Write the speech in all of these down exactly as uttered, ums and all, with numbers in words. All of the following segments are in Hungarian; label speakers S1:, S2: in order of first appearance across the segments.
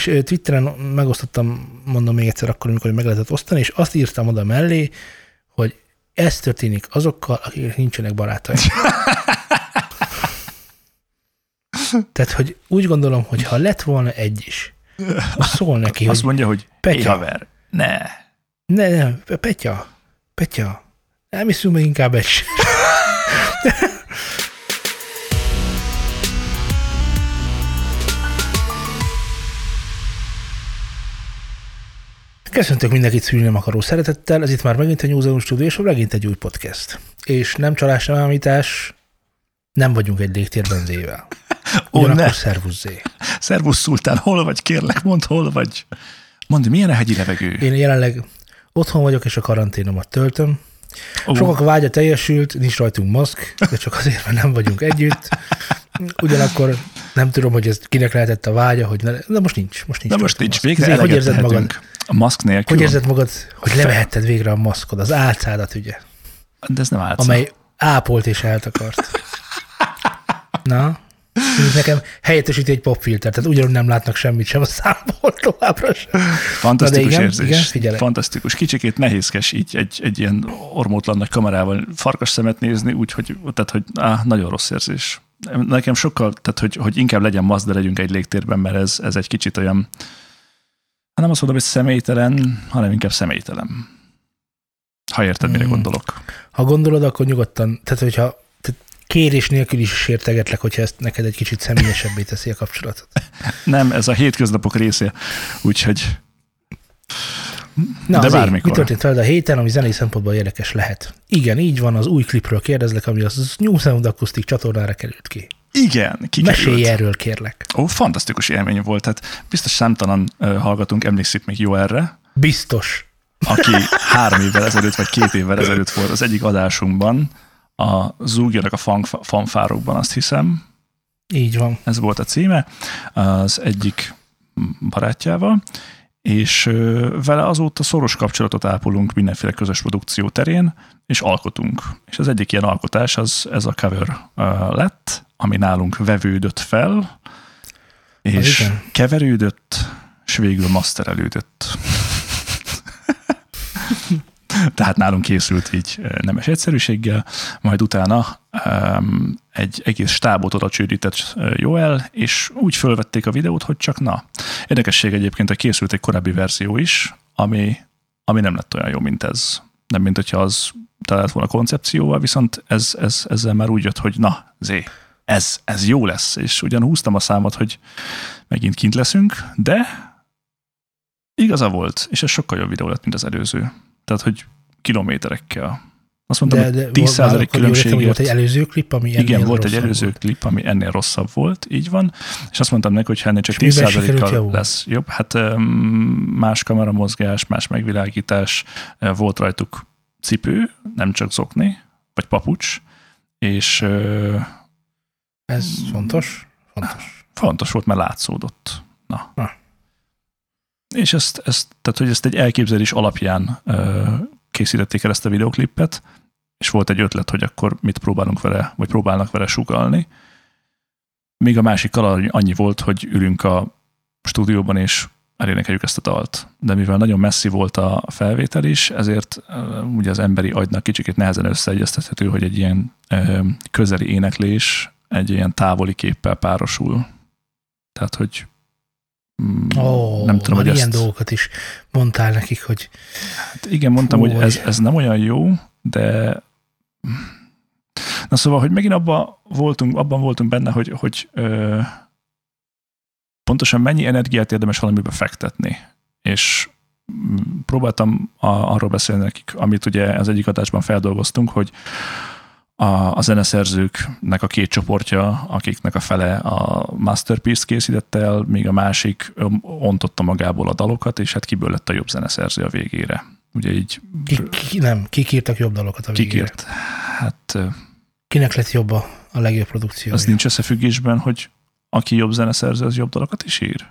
S1: És Twitteren megosztottam, mondom még egyszer akkor, amikor meg lehetett osztani, és azt írtam oda mellé, hogy ez történik azokkal, akik nincsenek barátaim. Tehát, hogy úgy gondolom, hogy ha lett volna egy is, szól neki,
S2: azt
S1: hogy
S2: mondja, hogy
S1: Petya,
S2: haver, ne.
S1: Ne, ne, Petya, Petya, nem iszunk meg inkább egy. Köszöntök mindenkit szülni akaró szeretettel, ez itt már megint egy Múzeum Stúdió, és megint egy új podcast. És nem csalás, nem ámítás, nem vagyunk egy légtérben Zével. Ugyanakkor szervusz Zé.
S2: Szervusz Szultán, hol vagy, kérlek, mondd, hol vagy. Mondd, milyen a hegyi levegő?
S1: Én jelenleg otthon vagyok, és a karanténomat töltöm.
S2: Oh.
S1: Sokak vágya teljesült, nincs rajtunk maszk, de csak azért, mert nem vagyunk együtt. Ugyanakkor nem tudom, hogy ez kinek lehetett a vágya, hogy ne, de most nincs. Most nincs
S2: de most nincs, végre
S1: Zé, hogy érzed magad?
S2: A maszk nélkül.
S1: Hogy érzed magad, hogy levehetted végre a maszkod, az álcádat, ugye?
S2: De ez nem álca.
S1: Amely ápolt és eltakart. Na? Nekem helyettesíti egy popfilter, tehát ugyanúgy nem látnak semmit sem a számból továbbra sem.
S2: Fantasztikus
S1: igen,
S2: érzés.
S1: Igen, figyelek.
S2: Fantasztikus. Kicsikét nehézkes így egy, egy ilyen ormótlan nagy kamerával farkas szemet nézni, úgyhogy tehát, hogy áh, nagyon rossz érzés. Nekem sokkal, tehát hogy, hogy inkább legyen maszk, de legyünk egy légtérben, mert ez, ez egy kicsit olyan, nem azt mondom, hogy személytelen, hanem inkább személytelen. Ha érted, mire gondolok.
S1: Ha gondolod, akkor nyugodtan, tehát hogyha tehát kérés nélkül is sértegetlek, hogyha ezt neked egy kicsit személyesebbé teszi a kapcsolatot.
S2: Nem, ez a hétköznapok része, úgyhogy
S1: Na,
S2: de
S1: azért,
S2: bármikor.
S1: mi történt veled a héten, ami zenei szempontból érdekes lehet? Igen, így van, az új klipről kérdezlek, ami az New Sound Acoustic csatornára került ki.
S2: Igen, kikerült.
S1: Mesélj erről, kérlek.
S2: Ó, fantasztikus élmény volt. Tehát biztos számtalan uh, hallgatunk emlékszik még jó erre.
S1: Biztos.
S2: Aki három évvel ezelőtt, vagy két évvel ezelőtt volt az egyik adásunkban, a Zúgjanak a fanf- fanfárokban, azt hiszem.
S1: Így van.
S2: Ez volt a címe, az egyik barátjával, és vele azóta szoros kapcsolatot ápolunk mindenféle közös produkció terén, és alkotunk. És az egyik ilyen alkotás az ez a cover lett, ami nálunk vevődött fel, és keverődött, és végül masterelődött. Tehát nálunk készült így nemes egyszerűséggel, majd utána um, egy egész stábot oda csődített Joel, és úgy fölvették a videót, hogy csak na. Érdekesség egyébként, hogy készült egy korábbi verzió is, ami, ami nem lett olyan jó, mint ez. Nem, mint hogyha az talált volna koncepcióval, viszont ez, ez, ezzel már úgy jött, hogy na, Zé, ez, ez jó lesz. És ugyan húztam a számot, hogy megint kint leszünk, de igaza volt, és ez sokkal jobb videó lett, mint az előző. Tehát, hogy kilométerekkel. Azt mondtam, de, de hogy tíz százalék különbségért.
S1: Volt egy előző klip, ami ennél
S2: igen, volt egy előző
S1: volt.
S2: klip, ami ennél rosszabb volt, így van. És azt mondtam neki, hogy ha ennél csak tíz százalékkal lesz jobb. Hát más kameramozgás, más megvilágítás, volt rajtuk cipő, nem csak zokni, vagy papucs, és
S1: ez fontos? Fontos.
S2: Fontos volt, mert látszódott. Na. Na. És ezt, ezt, tehát, hogy ezt egy elképzelés alapján ö, készítették el ezt a videoklipet, és volt egy ötlet, hogy akkor mit próbálunk vele, vagy próbálnak vele sugallni. Még a másikkal annyi volt, hogy ülünk a stúdióban, és elénekeljük ezt a dalt. De mivel nagyon messzi volt a felvétel is, ezért ö, ugye az emberi agynak kicsikét nehezen összeegyeztethető, hogy egy ilyen ö, közeli éneklés egy ilyen távoli képpel párosul. Tehát, hogy
S1: Oh,
S2: nem tudom, hogy
S1: ilyen
S2: ezt...
S1: dolgokat is mondtál nekik, hogy...
S2: Hát igen, mondtam, Fú, hogy ez, ez nem olyan jó, de... Na szóval, hogy megint abban voltunk, abban voltunk benne, hogy, hogy ö, pontosan mennyi energiát érdemes valamibe fektetni. És próbáltam a, arról beszélni nekik, amit ugye az egyik adásban feldolgoztunk, hogy A, a zeneszerzőknek a két csoportja, akiknek a fele a masterpiece készítette el, míg a másik ontotta magából a dalokat, és hát kiből lett a jobb zeneszerző a végére. Ugye így...
S1: Ki, ki, nem, kik írtak jobb dalokat a végére?
S2: Kikírt? Hát...
S1: Kinek lett jobb a, a legjobb produkció?
S2: Az nincs összefüggésben, hogy aki jobb zeneszerző, az jobb dalokat is ír?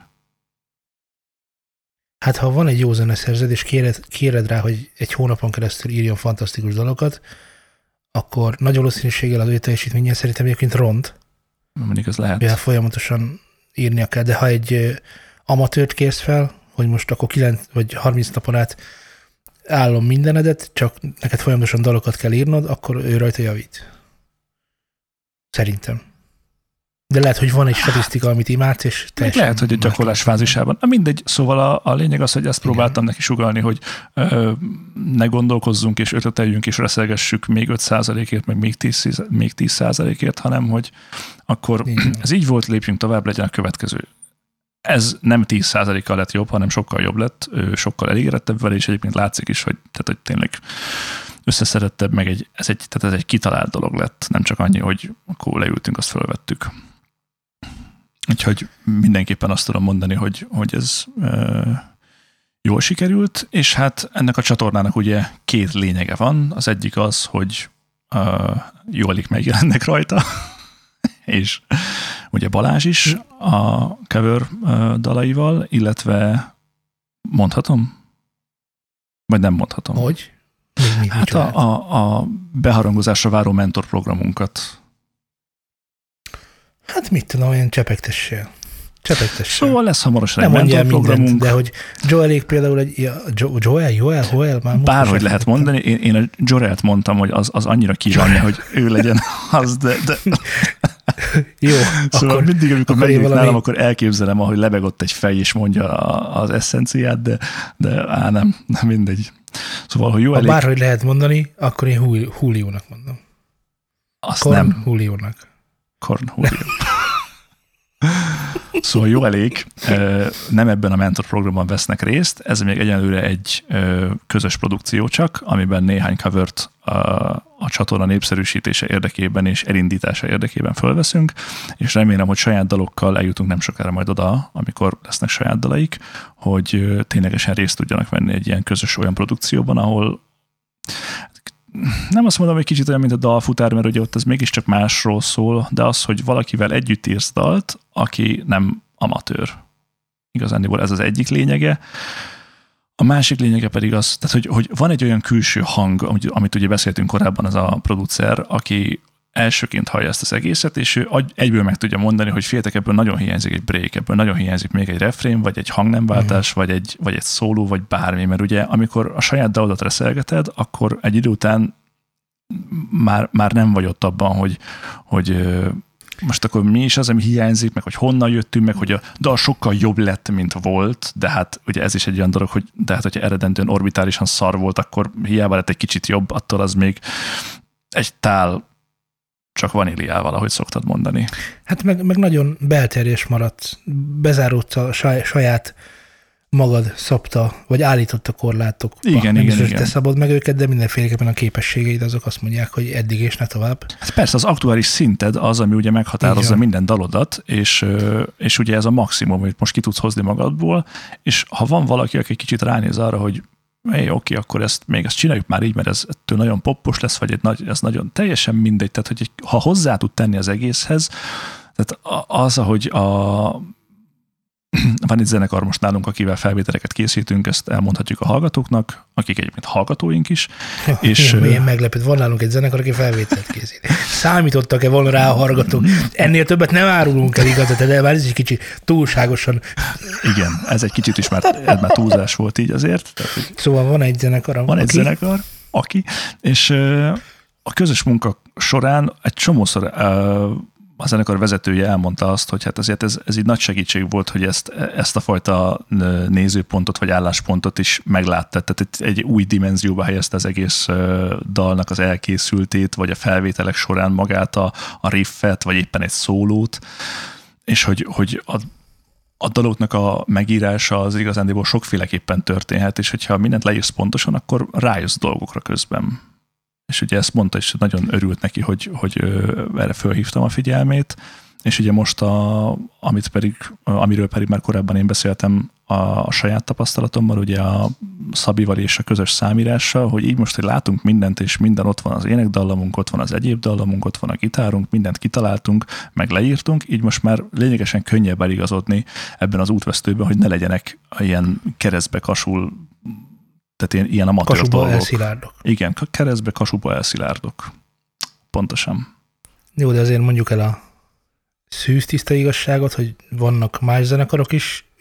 S1: Hát ha van egy jó zeneszerződ, és kéred, kéred rá, hogy egy hónapon keresztül írjon fantasztikus dalokat, akkor nagy valószínűséggel az ő teljesítménye szerintem egyébként ront.
S2: Mondjuk ez lehet.
S1: Mivel folyamatosan írnia kell, de ha egy amatőrt kérsz fel, hogy most akkor kilenc vagy harminc napon át állom mindenedet, csak neked folyamatosan dalokat kell írnod, akkor ő rajta javít. Szerintem. De lehet, hogy van egy statisztika, amit imádsz, és teljesen...
S2: Lehet, hogy a gyakorlás fázisában. Na mindegy, szóval a, a lényeg az, hogy ezt igen. próbáltam neki sugalni, hogy ö, ne gondolkozzunk és ötleteljünk és reszelgessük még öt százalékért, meg még tíz, még tíz százalékért, hanem hogy akkor igen. ez így volt, lépjünk tovább, legyen a következő. Ez nem tíz százalékkal lett jobb, hanem sokkal jobb lett, sokkal elégedettebb vele, és egyébként látszik is, hogy, tehát, hogy tényleg összeszedettebb, meg egy, ez, egy, tehát ez egy kitalált dolog lett, nem csak annyi, hogy akkor leültünk, azt fölvettük. Úgyhogy mindenképpen azt tudom mondani, hogy, hogy ez e, jól sikerült, és hát ennek a csatornának ugye két lényege van. Az egyik az, hogy e, Joelik megjelennek rajta, és ugye Balázs is a cover e, dalaival, illetve mondhatom? Vagy nem mondhatom?
S1: Hogy? Mi, mi,
S2: hát a, a, a beharangozásra váró mentorprogramunkat. Hát
S1: mit tudom, én csepegtessél. Csepegtessél.
S2: Szóval lesz hamarosan
S1: egy
S2: mentorprogramunk.
S1: De hogy Joelék például egy... Ja, jo, Joel, Joel, Joel? Már
S2: bárhogy lehet mondani. Én, én a Jorelt mondtam, hogy az, az annyira kívánja, hogy ő legyen az, de... de...
S1: Jó,
S2: szóval
S1: akkor,
S2: mindig, amikor
S1: akkor
S2: megjövök
S1: valami...
S2: nálam, akkor elképzelem, ahogy lebegott egy fej, és mondja az eszenciát, de, de á, nem, nem mindegy. Szóval, hogy jó
S1: ha
S2: elég...
S1: bárhogy lehet mondani, akkor én Julio-nak mondom.
S2: Azt
S1: Korn
S2: nem.
S1: Julio-nak.
S2: Korn Julio. Szóval jó elég, nem ebben a mentorprogramban vesznek részt, ez még egyelőre egy közös produkció csak, amiben néhány covert a csatorna népszerűsítése érdekében és elindítása érdekében fölveszünk, és remélem, hogy saját dalokkal eljutunk nem sokára majd oda, amikor lesznek saját dalaik, hogy ténylegesen részt tudjanak venni egy ilyen közös olyan produkcióban, ahol nem azt mondom, hogy kicsit olyan, mint a dalfutár, mert ugye ott ez mégiscsak másról szól, de az, hogy valakivel együtt írsz dalt, aki nem amatőr. Igazándiból ez az egyik lényege. A másik lényege pedig az, tehát, hogy, hogy van egy olyan külső hang, amit, amit ugye beszéltünk korábban, az a producer, aki elsőként hallja ezt az egészet, és ő egyből meg tudja mondani, hogy féltek, ebből nagyon hiányzik egy break, ebből nagyon hiányzik még egy refrén, vagy egy hangnemváltás, uh-huh. vagy egy, vagy egy szóló, vagy bármi, mert ugye amikor a saját dalodat reszelgeted, akkor egy idő után már, már nem vagy ott abban, hogy, hogy most akkor mi is az, ami hiányzik, meg hogy honnan jöttünk, meg hogy a dal sokkal jobb lett, mint volt, de hát ugye ez is egy olyan dolog, hogy de hát hogyha eredendően orbitálisan szar volt, akkor hiába lett egy kicsit jobb, attól az még egy tál csak vaníliával, ahogy szoktad mondani.
S1: Hát meg, meg nagyon belterjes maradt, bezáródsz a saj, saját magad szabta, vagy állította korlátok.
S2: Igen,
S1: nem
S2: igen,
S1: is,
S2: igen.
S1: te szabod meg őket, de mindenféleképpen a képességeid azok azt mondják, hogy eddig és ne tovább.
S2: Hát persze, az aktuális szinted az, ami ugye meghatározza minden dalodat, és, és ugye ez a maximum, amit most ki tudsz hozni magadból, és ha van valaki, aki kicsit ránéz arra, hogy hé, oké, akkor ezt még ezt csináljuk már így, mert ez ettől nagyon poppos lesz, vagy egy nagy, ez nagyon teljesen mindegy, tehát hogy ha hozzá tud tenni az egészhez, tehát az, ahogy a van egy zenekar most nálunk, akivel felvételeket készítünk, ezt elmondhatjuk a hallgatóknak, akik egyébként hallgatóink is.
S1: Ja, és milyen meglepett, van nálunk egy zenekar, aki felvételt készít. Számítottak-e volna rá a hallgatók? Ennél többet nem árulunk el igazat, de már ez is kicsit túlságosan.
S2: Igen, ez egy kicsit is már, ez már túlzás volt így azért. Tehát,
S1: szóval van egy zenekar,
S2: Van aki? egy zenekar, aki, és a közös munka során egy csomószor a zenekar vezetője elmondta azt, hogy hát azért ez, ez így nagy segítség volt, hogy ezt, ezt a fajta nézőpontot vagy álláspontot is meglátta. Tehát egy új dimenzióba helyezte az egész dalnak az elkészültét, vagy a felvételek során magát a, a riffet, vagy éppen egy szólót, és hogy, hogy a, a daloknak a megírása az igazándiból sokféleképpen történhet, és hogyha mindent leírsz pontosan, akkor rájössz dolgokra közben. És ugye ezt mondta, és nagyon örült neki, hogy, hogy erre fölhívtam a figyelmét, és ugye most, a, amit pedig, amiről pedig már korábban én beszéltem a, a saját tapasztalatommal, ugye a Szabival és a közös számírással, hogy így most, hogy látunk mindent, és minden ott van az énekdallamunk, ott van az egyéb dallamunk, ott van a gitárunk, mindent kitaláltunk, meg leírtunk, így most már lényegesen könnyebb eligazodni ebben az útvesztőben, hogy ne legyenek ilyen keresztbe kasul, tehát ilyen, ilyen amatőr
S1: Kasuba
S2: dolgok.
S1: elszilárdok.
S2: Igen, keresztbe kasuba elszilárdok. Pontosan.
S1: Jó, de azért mondjuk el a szűz tiszta igazságot, hogy vannak más zenekarok is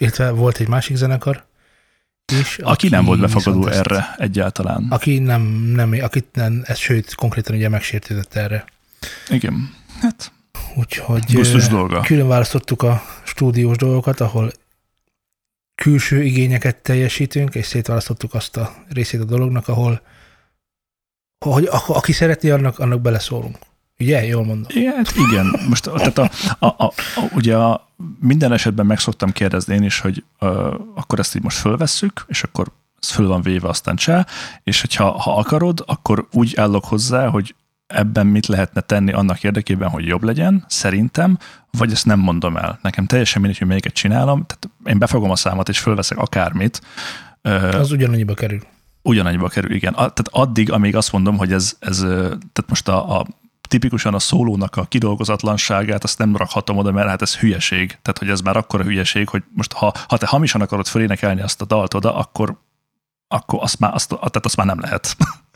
S1: illetve volt egy másik zenekar is.
S2: Aki, aki nem volt befogadó erre ezt, egyáltalán.
S1: Aki nem, nem, akit nem, ez sőt, konkrétan ugye megsértődött erre.
S2: Igen, hát
S1: úgyhogy
S2: gusztus dolga.
S1: Külön választottuk a stúdiós dolgokat, ahol külső igényeket teljesítünk, és szétválasztottuk azt a részét a dolognak, ahol hogy aki szeretné, annak, annak beleszólunk. Ugye? Jól mondom.
S2: Igen, igen. Most tehát a, a, a, a, ugye a, minden esetben meg szoktam kérdezni én is, hogy uh, akkor ezt így most fölvesszük, és akkor ez föl van véve, aztán csá, és hogyha ha akarod, akkor úgy állok hozzá, hogy ebben mit lehetne tenni annak érdekében, hogy jobb legyen, szerintem, vagy ezt nem mondom el. Nekem teljesen mindegy, hogy melyiket csinálom, tehát én befogom a számot, és fölveszek akármit.
S1: Az ugyanannyiba kerül.
S2: Ugyanannyiba kerül, igen. Tehát addig, amíg azt mondom, hogy ez, ez tehát most a, a tipikusan a szólónak a kidolgozatlanságát, azt nem rakhatom oda, mert hát ez hülyeség. Tehát, hogy ez már akkora hülyeség, hogy most ha, ha te hamisan akarod fölénekelni azt a dalt oda, akkor, akkor azt, már, azt, tehát azt már nem lehet.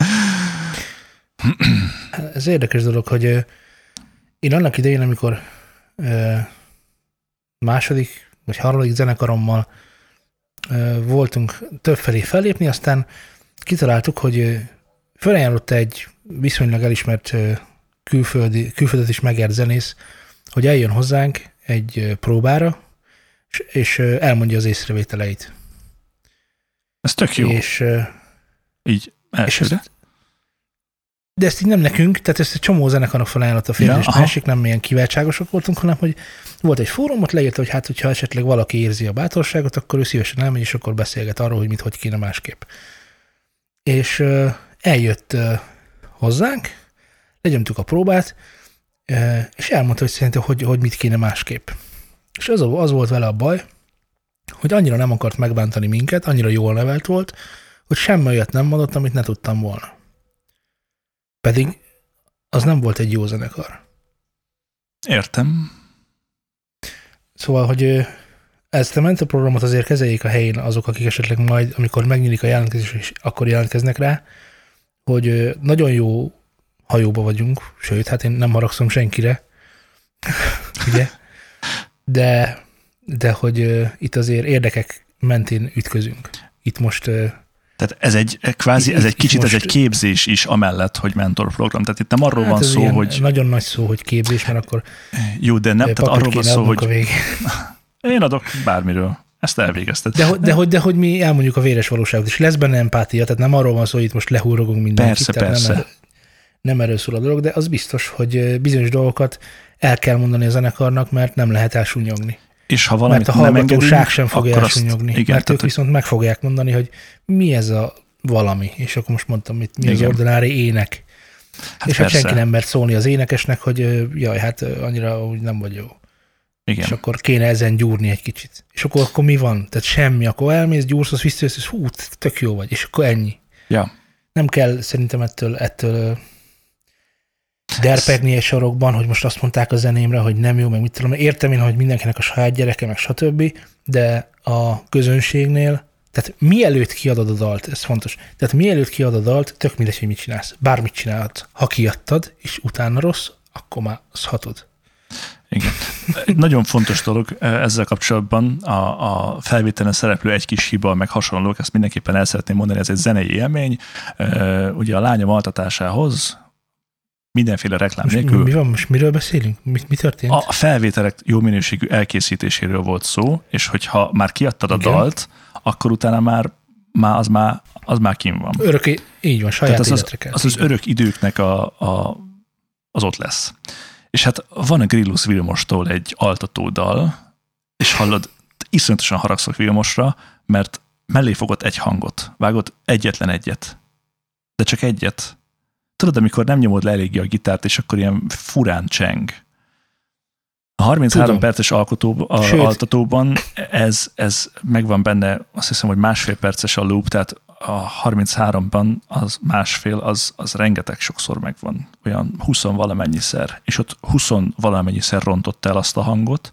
S1: Ez érdekes dolog, hogy én annak idején, amikor második vagy harmadik zenekarommal voltunk többfelé fellépni, aztán kitaláltuk, hogy felajánlott egy viszonylag elismert külföldi, külföldet is megért zenész, hogy eljön hozzánk egy próbára, és elmondja az észrevételeit.
S2: Ez tök jó.
S1: És,
S2: így elsőre.
S1: De ezt így nem nekünk, tehát ezt egy csomó zenekarnak felajánlott a fél, ja, és másik nem ilyen kiváltságosok voltunk, hanem hogy volt egy fórum, ott leírta, hogy hát, hogyha esetleg valaki érzi a bátorságot, akkor ő szívesen elmegy, és akkor beszélget arról, hogy mit, hogy kéne másképp. És uh, eljött uh, hozzánk, legyomtuk a próbát, uh, és elmondta, hogy szerintem, hogy, hogy mit kéne másképp. És az, az volt vele a baj, hogy annyira nem akart megbántani minket, annyira jól nevelt volt, hogy semmi olyat nem mondott, amit ne tudtam volna. Pedig az nem volt egy jó zenekar.
S2: Értem.
S1: Szóval, hogy ezt a mentorprogramot azért kezeljék a helyén azok, akik esetleg majd, amikor megnyílik a jelentkezés, és akkor jelentkeznek rá, hogy nagyon jó hajóba vagyunk, sőt, hát én nem haragszom senkire, ugye? De, de hogy itt azért érdekek mentén ütközünk. Itt most...
S2: Tehát ez egy kvázi, ez egy kicsit, most, ez egy képzés is amellett, hogy mentorprogram. Tehát itt nem arról
S1: hát
S2: van szó, hogy...
S1: Nagyon nagy szó, hogy képzés, mert akkor...
S2: Jó, de nem, tehát arról van szó, hogy... Én adok bármiről. Ezt elvégezted.
S1: De, de, de, hogy, de hogy mi elmondjuk a véres valóságot, és lesz benne empátia, tehát nem arról van szó, hogy itt most lehúrogunk mindenkit.
S2: Persze, persze.
S1: Nem, nem erről szól a dolog, de az biztos, hogy bizonyos dolgokat el kell mondani a zenekarnak, mert nem lehet elsúnyogni.
S2: És ha valamit
S1: mert a hallgatóság sem fogja elsúnyogni,
S2: igen,
S1: mert
S2: tehát,
S1: ők viszont meg fogják mondani, hogy mi ez a valami, és akkor most mondtam, mit, mi igen. az ordinári ének. Hát és hát senki nem mert szólni az énekesnek, hogy jaj, hát annyira úgy nem vagy jó.
S2: Igen.
S1: És akkor kéne ezen gyúrni egy kicsit. És akkor, akkor mi van? Tehát semmi. Akkor elmész, gyúrsz, az visszajössz, és hú, tök jó vagy. És akkor ennyi.
S2: Ja.
S1: Nem kell szerintem ettől, ettől derpegni egy sorokban, hogy most azt mondták a zenémre, hogy nem jó, meg mit tudom. Értem én, hogy mindenkinek a saját gyereke, meg stb., de a közönségnél, tehát mielőtt kiadod a dalt, ez fontos, tehát mielőtt kiadod a dalt, tök mindegy, hogy mit csinálsz. Bármit csinálhatsz. Ha kiadtad, és utána rossz, akkor már az hatod.
S2: Igen. Egy nagyon fontos dolog ezzel kapcsolatban a, a felvételen szereplő egy kis hiba, meg hasonlók, ezt mindenképpen el szeretném mondani, ez egy zenei élmény. Ugye a lányom altatásához mindenféle reklám
S1: most
S2: nélkül.
S1: Mi van most? Miről beszélünk? Mi, mi történt?
S2: A felvételek jó minőségű elkészítéséről volt szó, és hogyha már kiadtad a igen. dalt, akkor utána már, már, az, már az már kim van.
S1: Örök, így van, saját
S2: az
S1: életre
S2: az,
S1: kell.
S2: Az az örök időknek a, a, az ott lesz. És hát van a Grillus Vilmostól egy altató dal, és hallod, iszonyatosan haragszok Vilmosra, mert mellé fogott egy hangot, vágott egyetlen egyet, de csak egyet. Tudod, amikor nem nyomod le eléggé a gitárt, és akkor ilyen furán cseng. A harminchárom Tudom. perces alkotó, a, altatóban ez, ez megvan benne, azt hiszem, hogy másfél perces a loop, tehát a harmincháromban az másfél, az, az rengeteg sokszor megvan, olyan húsz valamennyiszer, és ott húsz valamennyiszer rontott el azt a hangot,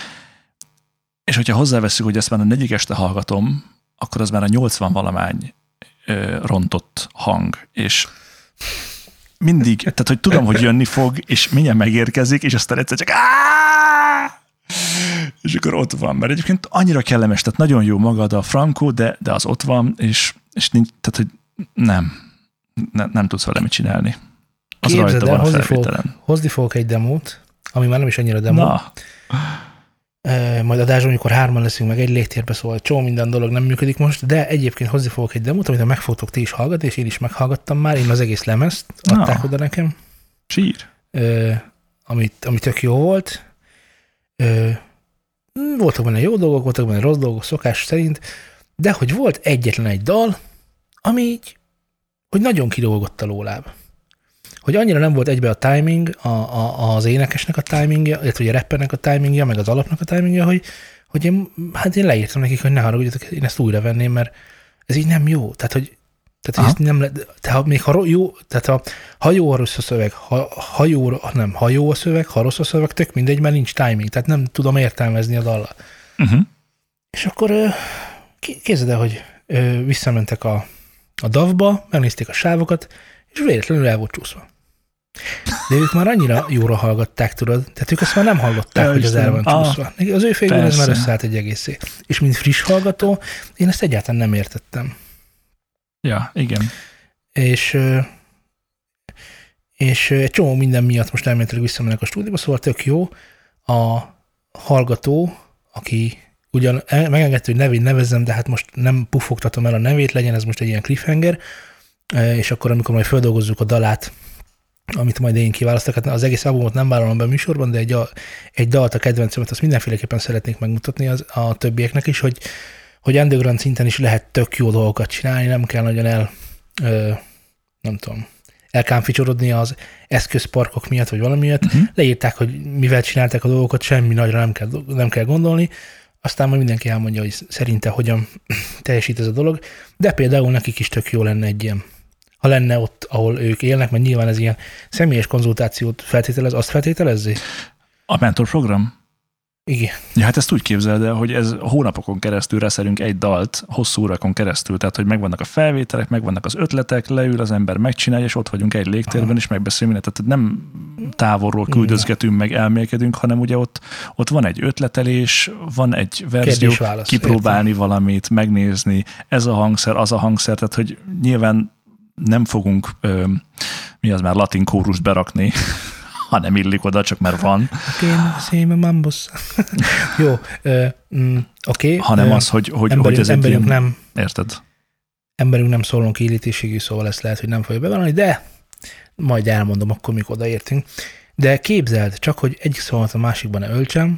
S2: és hogyha hozzáveszünk, hogy ezt már a negyedik este hallgatom, akkor az már a nyolcvan valamány ö, rontott hang, és mindig, tehát hogy tudom, hogy jönni fog, és mindjárt megérkezik, és aztán egyszer csak áááá! És akkor ott van, mert egyébként annyira kellemes, tehát nagyon jó magad a Franco, de, de az ott van, és, és nincs, tehát, hogy nem, ne, nem tudsz vele mit csinálni. Az
S1: Képzeld
S2: rajta
S1: el,
S2: van a
S1: hozni
S2: felvételen.
S1: fogok, hozni fogok egy demót, ami már nem is annyira demó.
S2: Na.
S1: E, majd adásban, amikor hárman leszünk meg egy légtérbe, szóval csomó minden dolog nem működik most, de egyébként hozni fogok egy demót, amit meg fogtok ti is hallgatni, és én is meghallgattam már, én az egész lemezt adták oda nekem.
S2: Sír.
S1: E, amit, ami tök jó volt. E, voltak benne jó dolgok, voltak benne rossz dolgok, szokás szerint, de hogy volt egyetlen egy dal, ami így, hogy nagyon kilógott a lóláb. Hogy annyira nem volt egybe a timing, a, a, az énekesnek a timingja, illetve a rappernek a timingja, meg az alapnak a timingja, hogy, hogy én, hát én leírtam nekik, hogy ne haragudjatok, én ezt újra venném, mert ez így nem jó. Tehát, hogy, tehát, hogy nem le, tehát még ha jó, tehát ha, ha jó a rossz a szöveg, ha, ha, jó, nem, ha jó a szöveg, ha rossz a szöveg, tök mindegy, mert nincs timing, tehát nem tudom értelmezni a dallal. Uh-huh. És akkor képzeld el, hogy visszamentek a, a dávba, megnézték a sávokat, és véletlenül el volt csúszva. De ők már annyira jóra hallgatták, tudod? Tehát ők ezt már nem hallották, hogy az el van csúszva. Az ő fejükben ez már összeállt egy egészé. És mint friss hallgató, én ezt egyáltalán nem értettem.
S2: Ja, igen.
S1: És, és egy csomó minden miatt most elméletileg visszamennek a stúdióba, szóval tök jó. A hallgató, aki ugyan megengedte, hogy nevét nevezzem, de hát most nem pufogtatom el a nevét, legyen ez most egy ilyen cliffhanger, és akkor, amikor majd feldolgozzuk a dalát, amit majd én kiválasztok, hát az egész albumot nem vállalom be a műsorban, de egy, egy dalt, a kedvencemet, azt mindenféleképpen szeretnék megmutatni az, a többieknek is, hogy, hogy underground szinten is lehet tök jó dolgokat csinálni, nem kell nagyon el, ö, nem tudom, elkámficsorodni az eszközparkok miatt, vagy valami miatt. Uh-huh. Leírták, hogy mivel csinálták a dolgokat, semmi nagyra nem kell, nem kell gondolni, aztán majd mindenki elmondja, hogy szerinte hogyan teljesít ez a dolog, de például nekik is tök jó lenne egy ilyen, ha lenne ott, ahol ők élnek, mert nyilván ez ilyen személyes konzultációt feltételez, azt feltételezzi?
S2: A mentorprogram?
S1: Igen.
S2: Ja, hát ezt úgy képzeld el, hogy ez hónapokon keresztül reszelünk egy dalt, hosszú órakon keresztül, tehát hogy megvannak a felvételek, megvannak az ötletek, leül az ember, megcsinálja, és ott vagyunk egy légtérben, Aha. és megbeszélünk mindent. Tehát nem távolról küldözgetünk, meg elmélkedünk, hanem ugye ott, ott van egy ötletelés, van egy verzió, kipróbálni értem. Valamit, megnézni, ez a hangszer, az a hangszer, tehát hogy nyilván nem fogunk, ö, mi az már, latin kórust berakni, ha nem illik oda, csak mert van.
S1: Oké, mambos. Jó, uh, mm, oké. Okay.
S2: Hanem az, hogy, hogy,
S1: emberünk,
S2: hogy ez egy ilyen,
S1: nem,
S2: érted?
S1: Emberünk nem szólunk kiillítéségű, szóval ezt lehet, hogy nem fogja bevallani, de majd elmondom akkor, mikor odaértünk. De képzeld, csak hogy egyik szóval a másikban ne öltsem,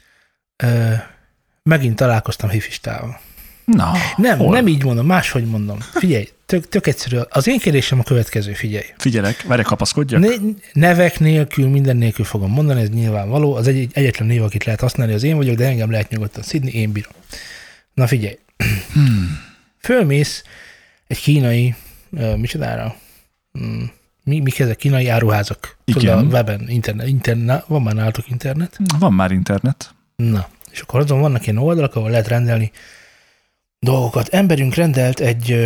S1: uh, megint találkoztam hifistával.
S2: Na,
S1: nem, hol? Nem így mondom, máshogy mondom. Figyelj, tök, tök egyszerű. Az én kérdésem a következő, figyelj.
S2: Figyelek, várj, kapaszkodjak.
S1: Ne, nevek nélkül, minden nélkül fogom mondani, ez nyilvánvaló. Az egy, egyetlen név, akit lehet használni, az én vagyok, de engem lehet nyugodtan szidni, én bírom. Na figyelj. Hmm. Fölmész egy kínai, uh, micsodára? Hmm. Mi, mik ezek? Kínai áruházak. Tudod, a weben, internet, internet, van már nálatok internet?
S2: Van már internet.
S1: Na, és akkor azon vannak ilyen oldalak, ahol lehet rendelni dolgokat. Emberünk rendelt egy,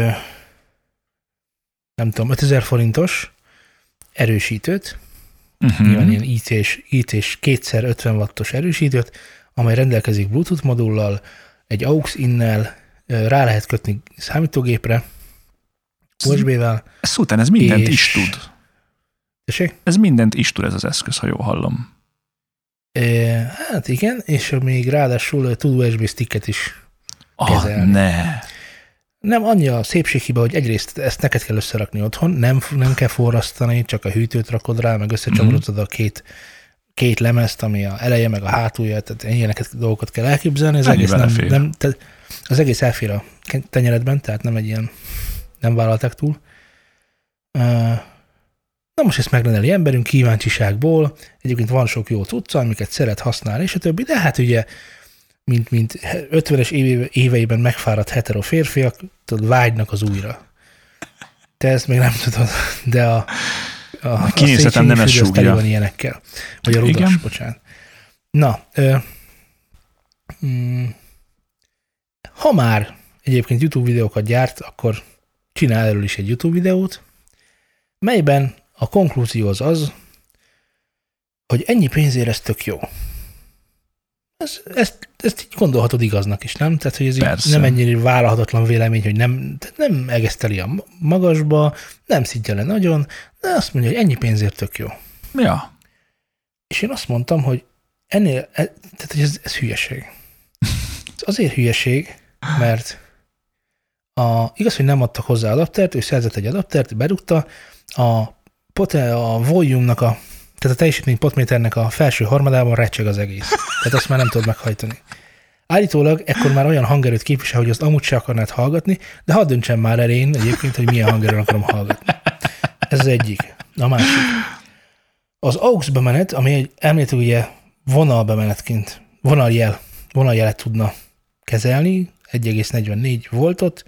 S1: nem tudom, ötezer forintos erősítőt, uh-huh. nyilván ilyen í té-s, í té-s kétszer ötven wattos erősítőt, amely rendelkezik Bluetooth modullal, egy aux innel, rá lehet kötni számítógépre, u es bé-vel.
S2: Ez után ez mindent és... is tud.
S1: Tessék?
S2: Ez mindent is tud ez az eszköz, ha jól hallom.
S1: E, hát igen, és még ráadásul tud u es bé sticket is kezelni.
S2: Ah, ne.
S1: Nem annyi a szépséghiba, hogy egyrészt ezt neked kell összerakni otthon, nem, nem kell forrasztani, csak a hűtőt rakod rá, meg összecsavarozod a két, két lemezt, ami a eleje, meg a hátulja, tehát ilyeneket dolgokat kell elképzelni. Az egész, nem, nem, tehát az egész elfér a tenyeredben, tehát nem egy ilyen, nem vállalták túl. Na most ezt megrendeli emberünk kíváncsiságból, egyébként van sok jó cucca, amiket szeret használni, és a többi, de hát ugye mint, mint ötvenes éveiben megfáradt hetero férfiak, tudod, vágynak az újra. Te ezt még nem tudod, de a, a, a
S2: kinézetem nem ez súgja.
S1: Van ilyenekkel. Vagy a rudas, igen? Bocsánat. Na, ö, mm, ha már egyébként YouTube videókat gyárt, akkor csinál erről is egy YouTube videót, melyben a konklúzió az az, hogy ennyi pénzért ez tök jó. ez, ezt, ezt így gondolhatod igaznak is, nem? Tehát, hogy ez így nem ennyire vállalhatatlan vélemény, hogy nem, nem egeszteli a magasba, nem szidja le nagyon, de azt mondja, hogy ennyi pénzért tök jó.
S2: Ja.
S1: És én azt mondtam, hogy ennél, tehát hogy ez, ez hülyeség. Ez azért hülyeség, mert a, igaz, hogy nem adtak hozzá adaptert, ő szerzett egy adaptert, bedugta, a, a volume-nak, a, tehát a teljesítmény potméternek a felső harmadában recseg az egész. Tehát azt már nem tudod meghajtani. Állítólag ekkor már olyan hangerőt képvisel, hogy azt amúgy se akarnád hallgatni, de hadd döntsem már el én egyébként, hogy milyen hangerőn akarom hallgatni. Ez az egyik. A másik. Az á u x bemenet, ami egy elméletileg ugye vonalbemenetként, vonaljel, vonaljelet tudna kezelni, egy egész negyvennégy voltot,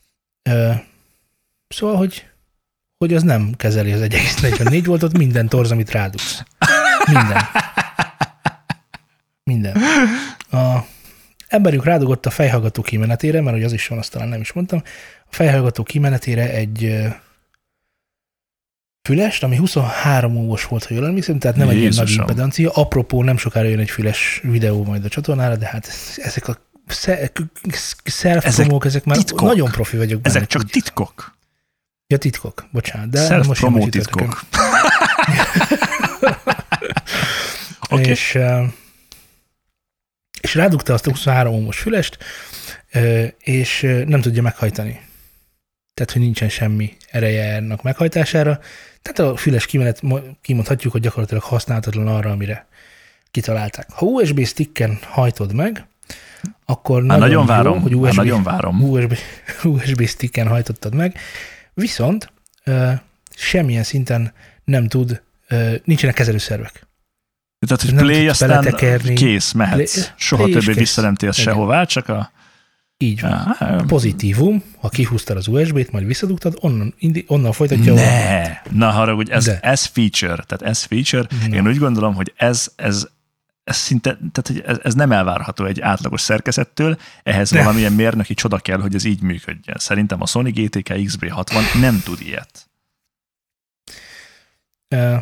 S1: szóval, hogy, hogy az nem kezeli az egy egész negyvennégy voltot, minden torz, amit rádugsz. Minden. Minden. A emberük rádugott a fejhallgató kimenetére, mert hogy az is van, azt talán nem is mondtam, a fejhallgató kimenetére egy fülest, ami huszonhárom óvos volt, ha jól emlékszem, tehát nem Jézusom. Egy ilyen nagy impedancia. Apropó, nem sokára jön egy füles videó majd a csatornára, de hát ezek a self-promók, ezek már titkok. Nagyon profi vagyok benne.
S2: Ezek csak tudja. Titkok.
S1: Ja, titkok, bocsánat. De
S2: self-promó titkok.
S1: Okay. És, és rádugta azt a huszonhárom ómos fülest, és nem tudja meghajtani. Tehát, hogy nincsen semmi ereje ennek meghajtására. Tehát a füles kimenet kimondhatjuk, hogy gyakorlatilag használhatatlan arra, amire kitalálták. Ha u es bé sticken hajtod meg, akkor nagyon,
S2: nagyon
S1: jó,
S2: várom,
S1: hogy u es bé,
S2: nagyon várom.
S1: u es bé, u es bé sticken hajtottad meg, viszont uh, semmilyen szinten nem tud, uh, nincsenek kezelőszervek.
S2: Tehát, hogy play, aztán kész, mehetsz. Soha play többé vissza nem térsz sehová, csak a...
S1: Így van. Ah, pozitívum, ha kihúztad az u es bét, majd visszadugtad, onnan, indi, onnan folytatja.
S2: Ne! Onnan. Na haragudj, ez, ez feature, tehát ez feature. Na. Én úgy gondolom, hogy ez, ez, ez szinte, tehát hogy ez, ez nem elvárható egy átlagos szerkezettől, ehhez de. Valamilyen mérnöki csoda kell, hogy ez így működjön. Szerintem a Sony gé té ká iksz bé hatvan nem tud ilyet.
S1: Uh,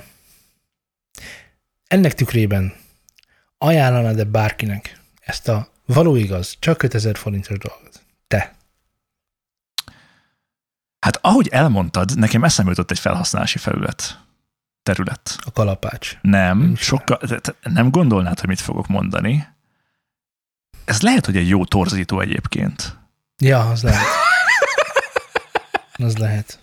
S1: ennek tükrében ajánlanád-e bárkinek ezt a való igaz, csak ötezer forintos dolgot? Te.
S2: Hát ahogy elmondtad, nekem eszembe jutott egy felhasználási felület. Terület.
S1: A kalapács.
S2: Nem, nem sokkal, nem gondolnád, hogy mit fogok mondani. Ez lehet, hogy egy jó torzító egyébként.
S1: Ja, az lehet. az lehet.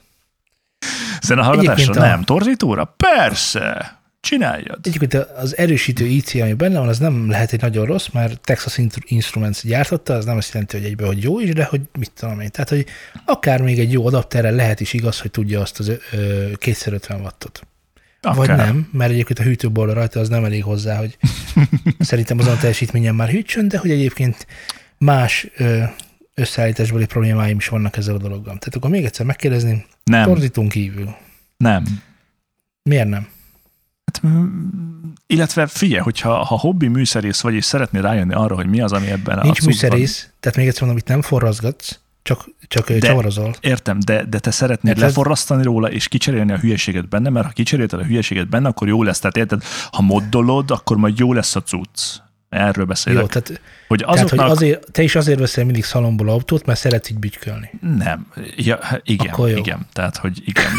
S2: Zenehallgatásra nem, a... torzítóra? Persze! Csináljad.
S1: Egyébként az erősítő í cé, ami benne van, az nem lehet egy nagyon rossz, mert Texas Instruments gyártotta, az nem azt jelenti, hogy egyben, hogy jó is, de hogy mit tudom én. Tehát, hogy akár még egy jó adapterrel lehet is igaz, hogy tudja azt az kétszázötven wattot. Akár. Vagy nem, mert egyébként a hűtőborra rajta az nem elég hozzá, hogy szerintem azon a teljesítményen már hűtsön, de hogy egyébként más összeállításbeli problémáim is vannak ezzel a dologgal. Tehát akkor még egyszer megkérdezném, torzítón kívül.
S2: Nem.
S1: Miért nem?
S2: Hát, illetve figyelj, hogyha ha hobbi műszerész vagy, és szeretnél rájönni arra, hogy mi az, ami ebben
S1: Nincs
S2: a cuccban...
S1: műszerész, tehát még egyszer mondom, itt nem forrazgatsz, csak, csak
S2: de,
S1: csavarozol.
S2: Értem, de, de te szeretnéd Érted? leforrasztani róla, és kicserélni a hülyeséget benne, mert ha kicserélted a hülyeséget benne, akkor jó lesz. Tehát érted, ha moddolod, akkor majd jó lesz a cucc. Erről beszélek.
S1: Jó, tehát,
S2: hogy azoknak...
S1: tehát hogy azért, te is azért veszel mindig szalomból autót, mert szeretsz így bütykölni.
S2: Nem. Ja, igen, igen. Tehát, hogy igen.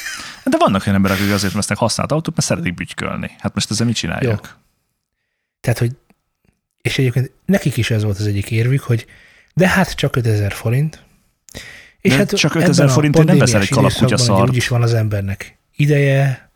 S2: De vannak olyan emberek, akik azért vesznek használt autót, mert szeretik bütykölni. Hát most ezzel mit csináljak? Jó. Tehát,
S1: hogy és egyébként nekik is ez volt az egyik érvük, hogy de hát csak ötezer forint. És
S2: de
S1: hát
S2: csak ötezer forintért nem veszel egy kalapkutya szart.
S1: Úgyis van az embernek ideje,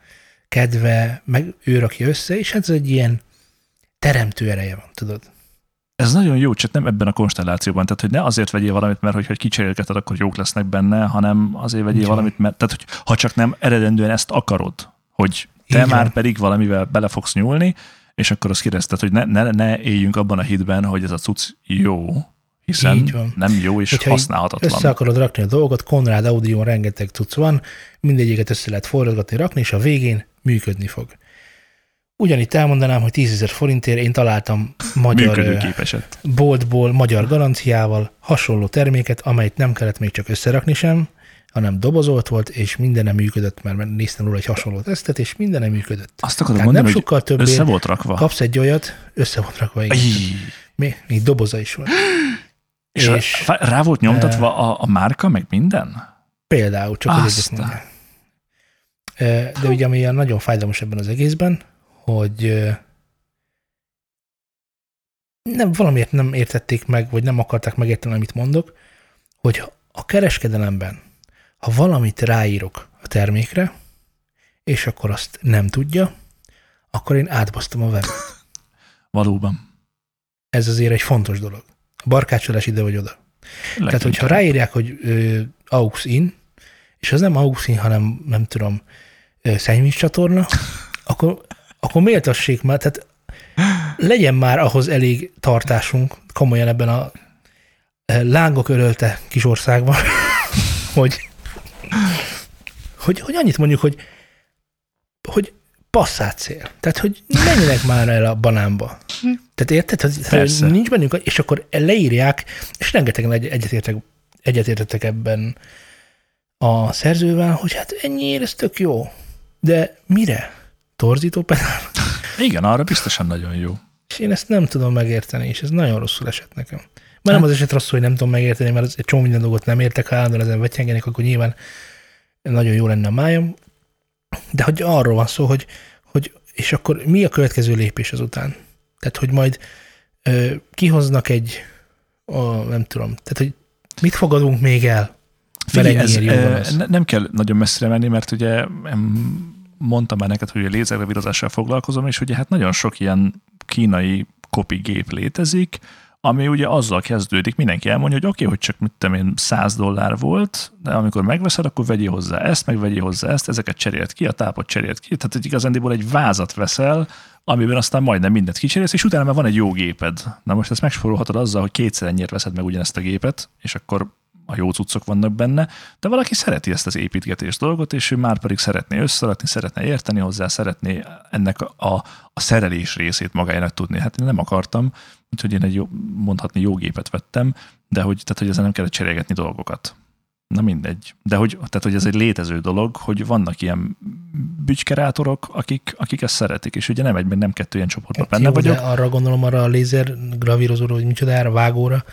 S1: kedve, meg ő rakja össze, és hát ez egy ilyen teremtő ereje van, tudod?
S2: Ez nagyon jó, csak nem ebben a konstellációban. Tehát, hogy ne azért vegyél valamit, mert hogy kicserélgeted, akkor jók lesznek benne, hanem azért vegyél Nincs valamit, mert tehát, hogy ha csak nem eredendően ezt akarod, hogy te Így már van. pedig valamivel bele fogsz nyúlni, és akkor azt kérdezted, hogy ne, ne, ne éljünk abban a hitben, hogy ez a cucc jó, hiszen nem jó és Hogyha használhatatlan.
S1: Össze akarod rakni a dolgot, Conrad Audio rengeteg cucc van, mindegyiket össze lehet forgatni, rakni, és a végén működni fog. Ugyanitt elmondanám, hogy tízezer forintért én találtam magyar boltból, magyar garanciával hasonló terméket, amelyet nem kellett még csak összerakni sem, hanem dobozolt volt, és minden nem működött, mert néztem róla egy hasonló tesztet, és minden nem működött.
S2: Azt akarom mondani,
S1: nem sokkal
S2: hogy össze volt rakva.
S1: Kapsz egy olyat, össze volt rakva. Még, még doboza is van.
S2: És, és rá volt nyomtatva a, a márka, meg minden?
S1: Például, csak hogy egyet mondja. De ugye ami nagyon fájdalmas ebben az egészben, hogy nem, valamiért nem értették meg, vagy nem akarták megérteni, amit mondok, hogy a kereskedelemben, ha valamit ráírok a termékre, és akkor azt nem tudja, akkor én átbasztom a webet.
S2: Valóban.
S1: Ez azért egy fontos dolog. A barkácsolás ide vagy oda. Leginkább. Tehát, hogyha ráírják, hogy ö, aux in, és az nem aux in, hanem nem tudom, szennyvíz csatorna, akkor, akkor méltassék már, tehát legyen már ahhoz elég tartásunk, komolyan ebben a lángok ölölte kis országban, hogy, hogy, hogy annyit mondjuk, hogy, hogy passzát cél. Tehát, hogy menjenek már el a banánba. Tehát érted? Hogy nincs bennünk, és akkor leírják, és rengetegen egyetértek, egyetértettek ebben a szerzővel, hogy hát ennyiért ez tök jó. De mire? Torzító pedál?
S2: Igen, arra biztosan nagyon jó.
S1: És én ezt nem tudom megérteni, és ez nagyon rosszul esett nekem. Már nem az eset rosszul, hogy nem tudom megérteni, mert az egy csomó minden dolgot nem értek, ha állandóan ezen vetyengenek, akkor nyilván nagyon jó lenne a májam. De hogy arról van szó, hogy, hogy és akkor mi a következő lépés azután? Tehát, hogy majd ö, kihoznak egy, ó, nem tudom, tehát, hogy mit fogadunk még el?
S2: Figyelj, ez, ez. Nem kell nagyon messzire menni, mert ugye mondtam már neked, hogy a lézergravírozással foglalkozom, és ugye hát nagyon sok ilyen kínai kopigép létezik, ami ugye azzal kezdődik, mindenki elmondja, hogy oké, okay, hogy csak mit tudom én, száz dollár volt, de amikor megveszed, akkor vegyél hozzá ezt, meg vegyél hozzá ezt, ezeket cserélt ki, a tápot cserélt ki, tehát hogy igazándiból egy vázat veszel, amiben aztán majdnem mindent kicserélsz, és utána már van egy jó géped. Na most ezt megspórolhatod azzal, hogy kétszer ennyit veszed meg ugyanezt a gépet, és akkor a jó cuccok vannak benne, de valaki szereti ezt az építgetés dolgot, és ő már pedig szeretné összerakni, szeretne érteni hozzá, szeretné ennek a, a szerelés részét magának tudni. Hát én nem akartam, úgyhogy én egy jó, mondhatni jó gépet vettem, de hogy, tehát, hogy ezzel nem kellett cserélgetni dolgokat. Na mindegy. De hogy, tehát, hogy ez egy létező dolog, hogy vannak ilyen bütykerátorok, akik, akik ezt szeretik, és ugye nem egy, meg nem kettő ilyen csoportban
S1: hát
S2: benne
S1: jó,
S2: vagyok.
S1: De arra gondolom, arra a lézer gravírozóra, hogy micsodára, vágóra,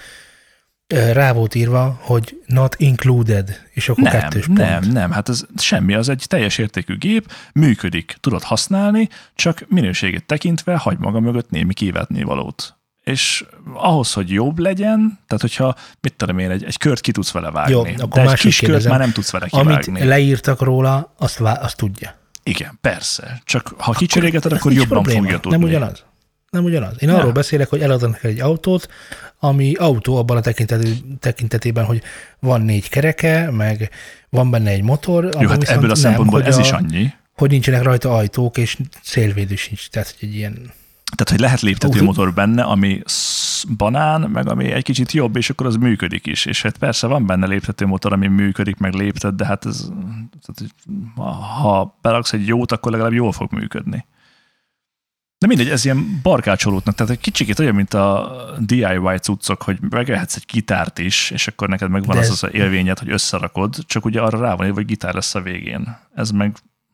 S1: rá volt írva, hogy not included, és akkor
S2: nem,
S1: kettős pont.
S2: Nem, nem, hát ez semmi, az egy teljes értékű gép, működik, tudod használni, csak minőségét tekintve hagy maga mögött némi kívánnivalót. És ahhoz, hogy jobb legyen, tehát hogyha, mit tudom én, egy, egy kört ki tudsz vele vágni,
S1: jó,
S2: de egy kis kört már nem tudsz vele kivágni.
S1: Amit leírtak róla, azt, azt tudja.
S2: Igen, persze. Csak ha kicserégeted, akkor jobban
S1: probléma.
S2: fogja tudni.
S1: Nem ugyanaz. Nem ugyanaz. Én
S2: nem.
S1: arról beszélek, hogy eladnak egy autót, ami autó abban a tekintetében, hogy van négy kereke, meg van benne egy motor.
S2: Jó, hát ebből a szempontból ez a, is annyi.
S1: Hogy nincsenek rajta ajtók, és szélvédő sincs. Tehát, hogy egy ilyen...
S2: Tehát, hogy lehet léptető motor benne, ami banán, meg ami egy kicsit jobb, és akkor az működik is. És hát persze van benne léptető motor, ami működik, meg léptet, de hát ez, tehát, ha beraksz egy jót, akkor legalább jól fog működni. De mindegy, ez ilyen barkácsolódnak, tehát egy kicsikét olyan, mint a dé i vé cuccok, hogy megvehetsz egy gitárt is, és akkor neked megvan ez... az az élvényed, hogy összerakod, csak ugye arra rá van írva, hogy gitár lesz a végén. Ez meg...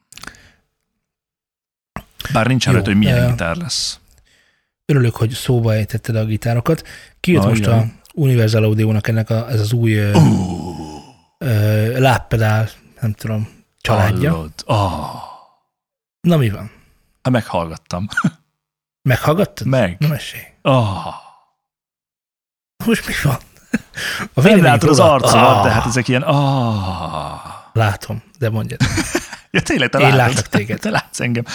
S2: Bár nincs rajta, hogy milyen uh, gitár lesz.
S1: Örülök, hogy szóba ejtetted a gitárokat. Kijött ah, most jaj. a Universal Audio-nak ennek a, ez az új uh, uh, lábpedál, nem tudom, családja.
S2: Oh.
S1: Na mi van?
S2: Hát meghallgattam.
S1: Meghallgattad?
S2: Meg.
S1: Na mesélj.
S2: Oh.
S1: Most mi van?
S2: A nem látod az arcomat, oh. de hát ezek ilyen... Oh.
S1: Látom, de mondjad.
S2: Ja, tényleg, te
S1: Én
S2: látod.
S1: látlak téged.
S2: Te látsz engem.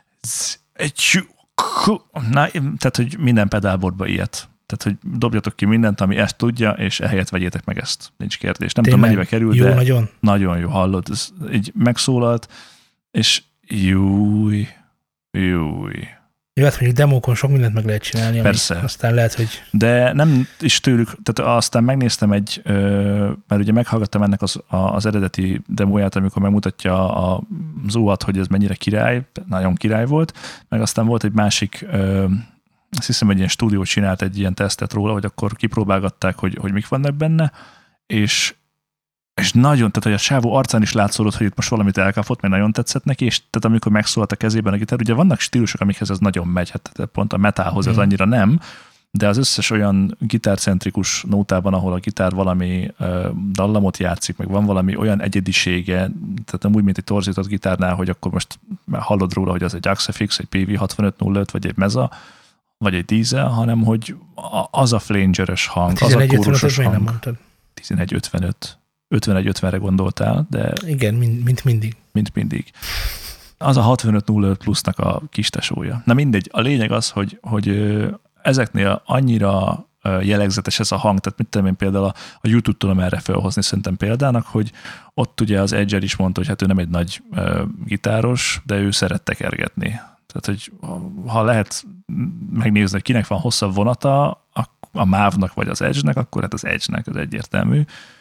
S2: Na, tehát, hogy minden pedálbordba ilyet. Tehát, hogy dobjatok ki mindent, ami ezt tudja, és ehelyett vegyétek meg ezt. Nincs kérdés. Nem
S1: tényleg?
S2: tudom, mennyibe kerül,
S1: jó,
S2: de
S1: nagyon.
S2: nagyon jó, hallod. Ez így megszólalt, és júj, júj.
S1: Jó, hát mondjuk demókon sok mindent meg lehet csinálni.
S2: Persze.
S1: Aztán lehet, hogy...
S2: De nem is tőlük, tehát aztán megnéztem egy, mert ugye meghallgattam ennek az, az eredeti demóját, amikor megmutatja az u á té, hogy ez mennyire király, nagyon király volt, meg aztán volt egy másik, azt hiszem, egy ilyen stúdió csinált egy ilyen tesztet róla, hogy akkor kipróbálgatták, hogy, hogy mik vannak benne, és és nagyon, tehát hogy a csávó arcán is látszódott, hogy itt most valamit elkapott, mert nagyon tetszett neki, és tehát amikor megszólalt a kezében a gitár, ugye vannak stílusok, amikhez ez nagyon megy, hát pont a metalhoz ez annyira nem, de az összes olyan gitárcentrikus nótában, ahol a gitár valami uh, dallamot játszik, meg van valami olyan egyedisége, tehát nem úgy, mint egy torzított gitárnál, hogy akkor most hallod róla, hogy az egy Axefix, egy P V hatvanöt nulla öt, vagy egy Meza, vagy egy Diesel, hanem hogy az a flanger-ös hang, az a kórusos hang.
S1: Nem mondtad?
S2: tizenegy ötvenöt. ötvenegy ötvenre gondoltál, de...
S1: Igen, mint, mint mindig.
S2: Mint mindig. Az a hatvanöt nulla öt plusznak a kis tesója. Na mindegy, a lényeg az, hogy, hogy ezeknél annyira jellegzetes ez a hang, tehát mit tudom én például a, a YouTube tudom erre felhozni szerintem példának, hogy ott ugye az Edger is mondta, hogy hát ő nem egy nagy uh, gitáros, de ő szeret tekergetni. Tehát, hogy ha lehet megnézni, hogy kinek van hosszabb vonata, a, a mávnak vagy az Edge-nek, akkor hát az Edge-nek az egyértelmű.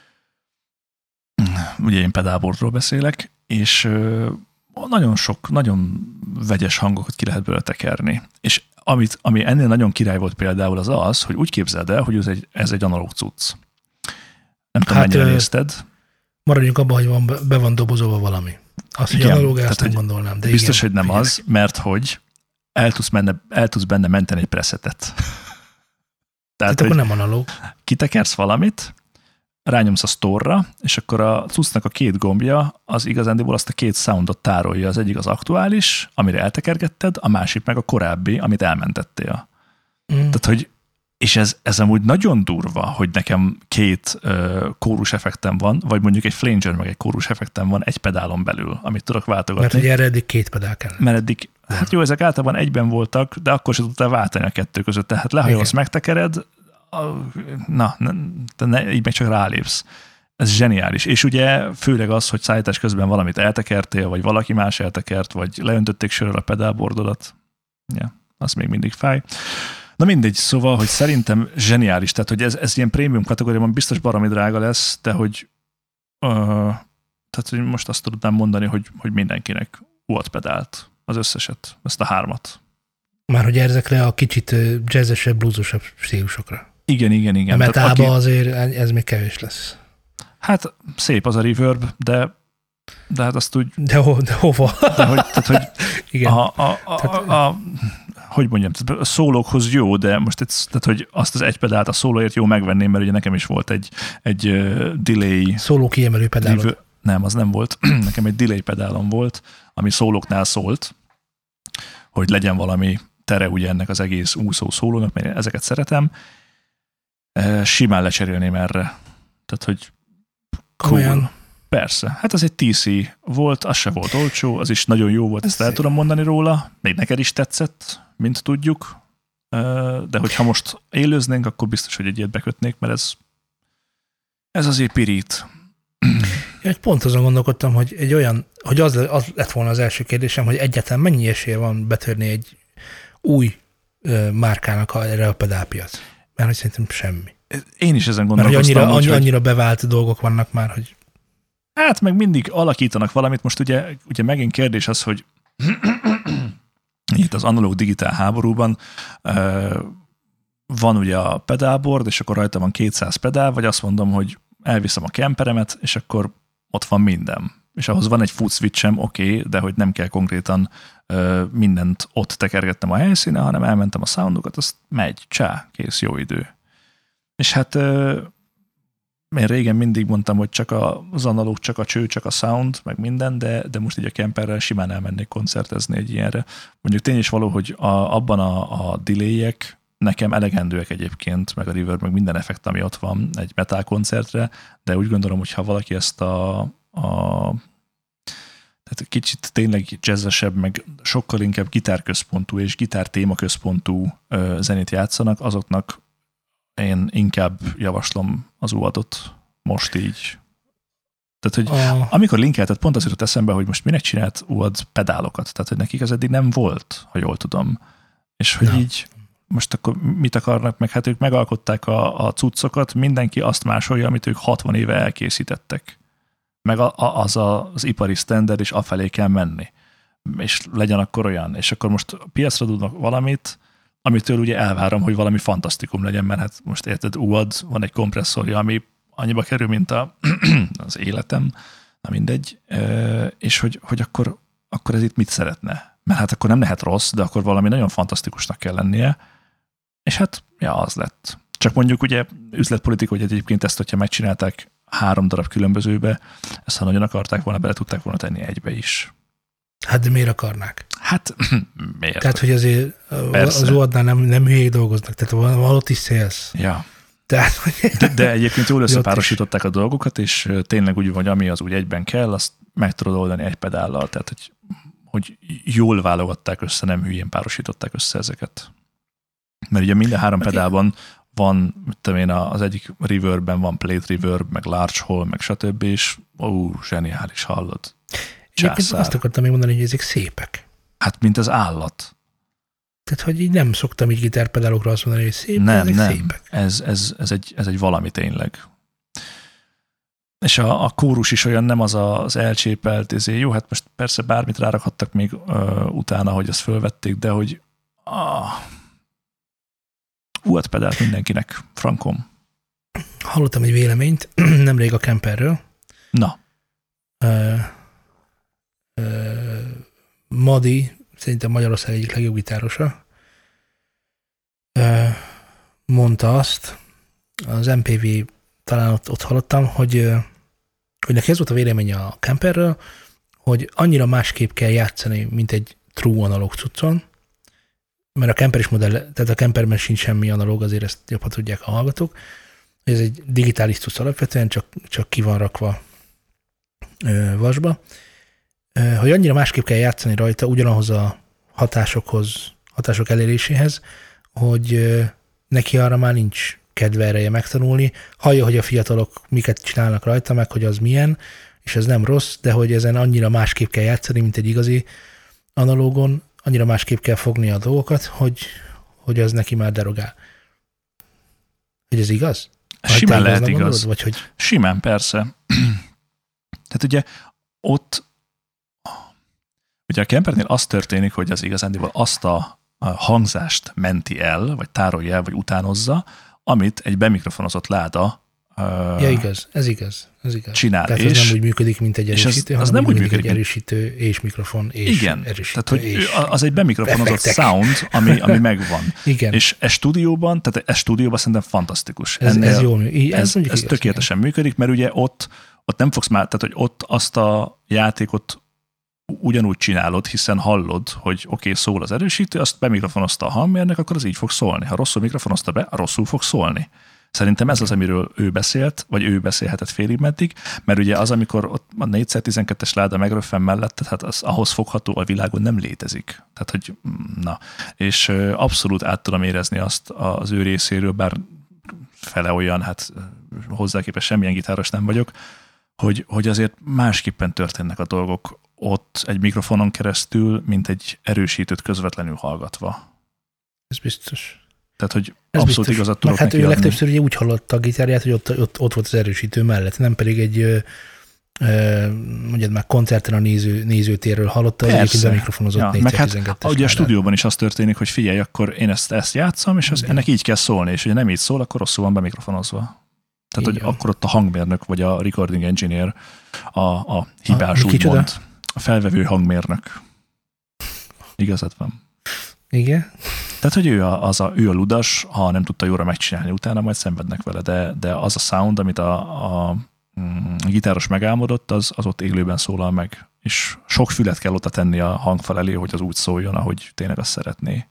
S2: Ugye én pedálboardról beszélek, és uh, nagyon sok, nagyon vegyes hangokat ki lehet belőle tekerni. És amit, ami ennél nagyon király volt például az az, hogy úgy képzeld el, hogy ez egy, ez egy analóg cucc. Nem tudom, hát, mennyire nézted.
S1: Maradjunk abban, hogy van, be van dobozolva valami. Azt, hogy analóg, ezt nem gondolnám. De
S2: biztos,
S1: igen,
S2: hogy nem
S1: figyelek.
S2: az, mert hogy el tudsz benne, el tudsz benne menteni egy presetet. Tehát,
S1: Tehát akkor nem analóg.
S2: Kitekersz valamit, rányomsz a store-ra, és akkor a cuccnak a két gombja az igazándiból azt a két soundot tárolja. Az egyik az aktuális, amire eltekergetted, a másik meg a korábbi, amit elmentettél. Mm. Tehát, hogy és ez, ez amúgy nagyon durva, hogy nekem két uh, kórus effektem van, vagy mondjuk egy flanger meg egy kórus effektem van egy pedálon belül, amit tudok váltogatni.
S1: Mert ugye erre eddig két pedál kellett.
S2: Mert eddig, hát jó, ezek általában egyben voltak, de akkor sem tudtál váltani a kettő között. Tehát lehajolsz, megtekered, na, ne, ne, így meg csak rálépsz. Ez zseniális. És ugye főleg az, hogy szállítás közben valamit eltekertél, vagy valaki más eltekert, vagy leöntötték sörrel a pedálbordodat. Ja, az még mindig fáj. Na mindegy, szóval, hogy szerintem zseniális, tehát hogy ez, ez ilyen prémium kategóriában biztos baromi drága lesz, de hogy, uh, tehát, hogy most azt tudnám mondani, hogy, hogy mindenkinek volt pedált az összeset, ezt a hármat.
S1: Már hogy ezekre a kicsit jazzesebb, bluesosabb stílusokra.
S2: Igen, igen, igen.
S1: A metába aki... azért ez még kevés lesz.
S2: Hát szép az a reverb, de, de hát azt úgy...
S1: De, ho, de hova?
S2: De hogy, tehát, hogy
S1: igen.
S2: A, a, a, tehát... a, a, hogy mondjam, a szólókhoz jó, de most egy, tehát, hogy azt az egy pedált a szólóért jó megvenném, mert ugye nekem is volt egy, egy uh, delay...
S1: Szóló kiemelő pedálod.
S2: Rever- nem, az nem volt. Nekem egy delay pedálom volt, ami szólóknál szólt, hogy legyen valami tere ugye ennek az egész úszó szólónak, mert ezeket szeretem. Simán lecserélném erre. Tehát, hogy cool.
S1: Olyan.
S2: Persze. Hát az egy té cé volt, az se volt olcsó, az is nagyon jó volt, ezt el tudom mondani róla. Még neked is tetszett, mint tudjuk. De hogyha most élőznénk, akkor biztos, hogy egy ilyet bekötnék, mert ez, ez azért pirít.
S1: Én pont azon gondolkodtam, hogy egy olyan, hogy az, az lett volna az első kérdésem, hogy egyáltalán mennyi esélye van betörni egy új ö, márkának a, erre a pedálpiac. Mert hogy szerintem semmi.
S2: Én is ezen gondolkoztam.
S1: Mert hogy annyira,
S2: úgy,
S1: annyi, annyira bevált dolgok vannak már, hogy...
S2: Hát meg mindig alakítanak valamit. Most ugye, ugye megint kérdés az, hogy itt az analóg-digitál háborúban uh, van ugye a pedálboard, és akkor rajta van kétszáz pedál, vagy azt mondom, hogy elviszem a kemperemet, és akkor ott van minden. És ahhoz van egy foot switchem, oké, okay, de hogy nem kell konkrétan uh, mindent ott tekergettem a helyszínen, hanem elmentem a soundokat, azt megy, csá, kész, jó idő. És hát uh, én régen mindig mondtam, hogy csak az analóg, csak a cső, csak a sound, meg minden, de, de most így a kemperrel simán elmennék koncertezni egy ilyenre. Mondjuk tény is való, hogy a, abban a, a delay-ek nekem elegendőek egyébként, meg a reverb, meg minden effekt, ami ott van egy metal koncertre, de úgy gondolom, hogy ha valaki ezt a, a tehát kicsit tényleg jazzesebb, meg sokkal inkább gitárközpontú és gitár témaközpontú ö, zenét játszanak, azoknak én inkább javaslom az u á dot most így. Tehát, hogy
S1: a...
S2: amikor linkelted, pont az jutott eszembe, hogy most minek csinált u á dé pedálokat. Tehát, hogy nekik az eddig nem volt, ha jól tudom. És hogy ja. így most akkor mit akarnak meg? Hát ők megalkották a, a cuccokat, mindenki azt másolja, amit ők hatvan éve elkészítettek. Meg a, a, az a, az ipari standard, és afelé kell menni. És legyen akkor olyan. És akkor most piacra tudnak valamit, amitől ugye elvárom, hogy valami fantasztikum legyen, mert hát most érted, u á dé van egy kompresszorja, ami annyiba kerül, mint a az életem, na mindegy, és hogy, hogy akkor, akkor ez itt mit szeretne? Mert hát akkor nem lehet rossz, de akkor valami nagyon fantasztikusnak kell lennie, és hát, ja, az lett. Csak mondjuk ugye üzletpolitika, hogy egyébként ezt, hogyha megcsinálták három darab különbözőbe, ezt ha nagyon akarták volna, bele tudták volna tenni egybe is.
S1: Hát de miért akarnák?
S2: Hát miért?
S1: Tehát, hogy azért Persze. az o á-nál nem, nem hülyék dolgoznak, tehát van ott is sales.
S2: Ja.
S1: Tehát,
S2: de, de egyébként jól összepárosították a dolgokat, és tényleg úgy, hogy ami az úgy egyben kell, azt meg tudod oldani egy pedállal, tehát hogy, hogy jól válogatták össze, nem hülyén párosították össze ezeket. Mert ugye minden három pedálban van, mit tudom én, az egyik reverbben van plate reverb, meg large hole, meg stb. És ó, zseniális, hallod.
S1: Egyébként azt akartam még mondani, hogy ezek szépek.
S2: Hát, mint az állat.
S1: Tehát, hogy így nem szoktam így gitárpedálokra azt mondani, hogy szép,
S2: nem,
S1: ezek
S2: nem.
S1: szépek.
S2: Ez, ez, ez, egy, ez egy valami tényleg. És a, a kórus is olyan nem az az elcsépelt, ezért jó, hát most persze bármit rárakhattak még uh, utána, hogy ezt fölvették, de hogy ah, u á pedált mindenkinek, frankom.
S1: Hallottam egy véleményt, nemrég a Kemperről.
S2: Na.
S1: Uh, uh, Madi, szerintem Magyarország egyik legjobb gitárosa, uh, mondta azt, az em pé vé talán ott, ott hallottam, hogy, uh, hogy neki ez volt a véleménye a Kemperről, hogy annyira másképp kell játszani, mint egy true analóg cuccon, mert a Kemper is modell, tehát a Kemperben sincs semmi analóg, azért ezt jobban tudják a hallgatók. Ez egy digitális cucc alapvetően, csak, csak ki van rakva ö, vasba. Ö, hogy annyira másképp kell játszani rajta, ugyanahoz a hatásokhoz, hatások eléréséhez, hogy ö, neki arra már nincs kedve ereje megtanulni. Hallja, hogy a fiatalok miket csinálnak rajta, meg hogy az milyen, és ez nem rossz, de hogy ezen annyira másképp kell játszani, mint egy igazi analógon, annyira másképp kell fogni a dolgokat, hogy, hogy az neki már derogál. Hogy ez igaz?
S2: Simán lehet igaz.
S1: Gondolod, vagy hogy...
S2: Simán, persze. Tehát ugye ott, ugye a Kempernél az történik, hogy az igazándiból azt a, a hangzást menti el, vagy tárolja el, vagy utánozza, amit egy bemikrofonozott láda
S1: Ja, igaz, ez igaz, ez igaz.
S2: Csinál.
S1: Tehát ez nem úgy működik, mint egy erősítő,
S2: az, az
S1: hanem
S2: nem úgy
S1: működik,
S2: működik,
S1: egy erősítő és mikrofon és
S2: igen,
S1: erősítő.
S2: Tehát, hogy
S1: és
S2: az egy bemikrofonozott
S1: effektek.
S2: sound, ami, ami megvan.
S1: Igen.
S2: És e stúdióban, tehát e stúdióban szerintem fantasztikus.
S1: Ez,
S2: Ennél,
S1: ez jól működik.
S2: Ez, ez, ez
S1: igaz,
S2: tökéletesen igen. működik, mert ugye ott, ott nem fogsz már, tehát hogy ott azt a játékot ugyanúgy csinálod, hiszen hallod, hogy oké, okay, szól az erősítő, azt bemikrofonozta a hangmérnök, akkor az így fog szólni. Ha rosszul mikrofonozta be, rosszul fog szólni. Szerintem ez az, amiről ő beszélt, vagy ő beszélhetett félig meddig, mert ugye az, amikor ott a négyszertizenkettes láda megröffen mellett, tehát az ahhoz fogható a világon nem létezik. Tehát, hogy na, és abszolút át tudom érezni azt az ő részéről, bár fele olyan, hát hozzáképest semmilyen gitáros nem vagyok, hogy, hogy azért másképpen történnek a dolgok ott egy mikrofonon keresztül, mint egy erősítőt közvetlenül hallgatva.
S1: Ez biztos.
S2: Tehát, hogy
S1: ez
S2: abszolút
S1: biztos.
S2: igazat tudok
S1: hát
S2: neki
S1: ő
S2: adni.
S1: legtöbbször ugye úgy hallotta a gitárját, hogy ott, ott, ott volt az erősítő mellett, nem pedig egy ö, ö, mondjad már koncerten a néző, nézőtérről hallotta, hogy egyébként bemikrofonozott ja, négyszertizenkettes.
S2: Hát, ugye a stúdióban is az történik, hogy figyelj, akkor én ezt, ezt játszom, és az, ennek így kell szólni, és ugye nem így szól, akkor rosszul van bemikrofonozva. Tehát, így hogy van. Akkor ott a hangmérnök, vagy a recording engineer a, a hibás, úgymond. A felvevő hangmérnök. Igazad van.
S1: Igen.
S2: Tehát, hogy ő a, az a, ő a ludas, ha nem tudta jóra megcsinálni utána, majd szenvednek vele, de, de az a sound, amit a, a, a gitáros megálmodott, az, az ott élőben szólal meg. És sok fület kell oda tenni a hangfal elé, hogy az úgy szóljon, ahogy tényleg azt szeretné.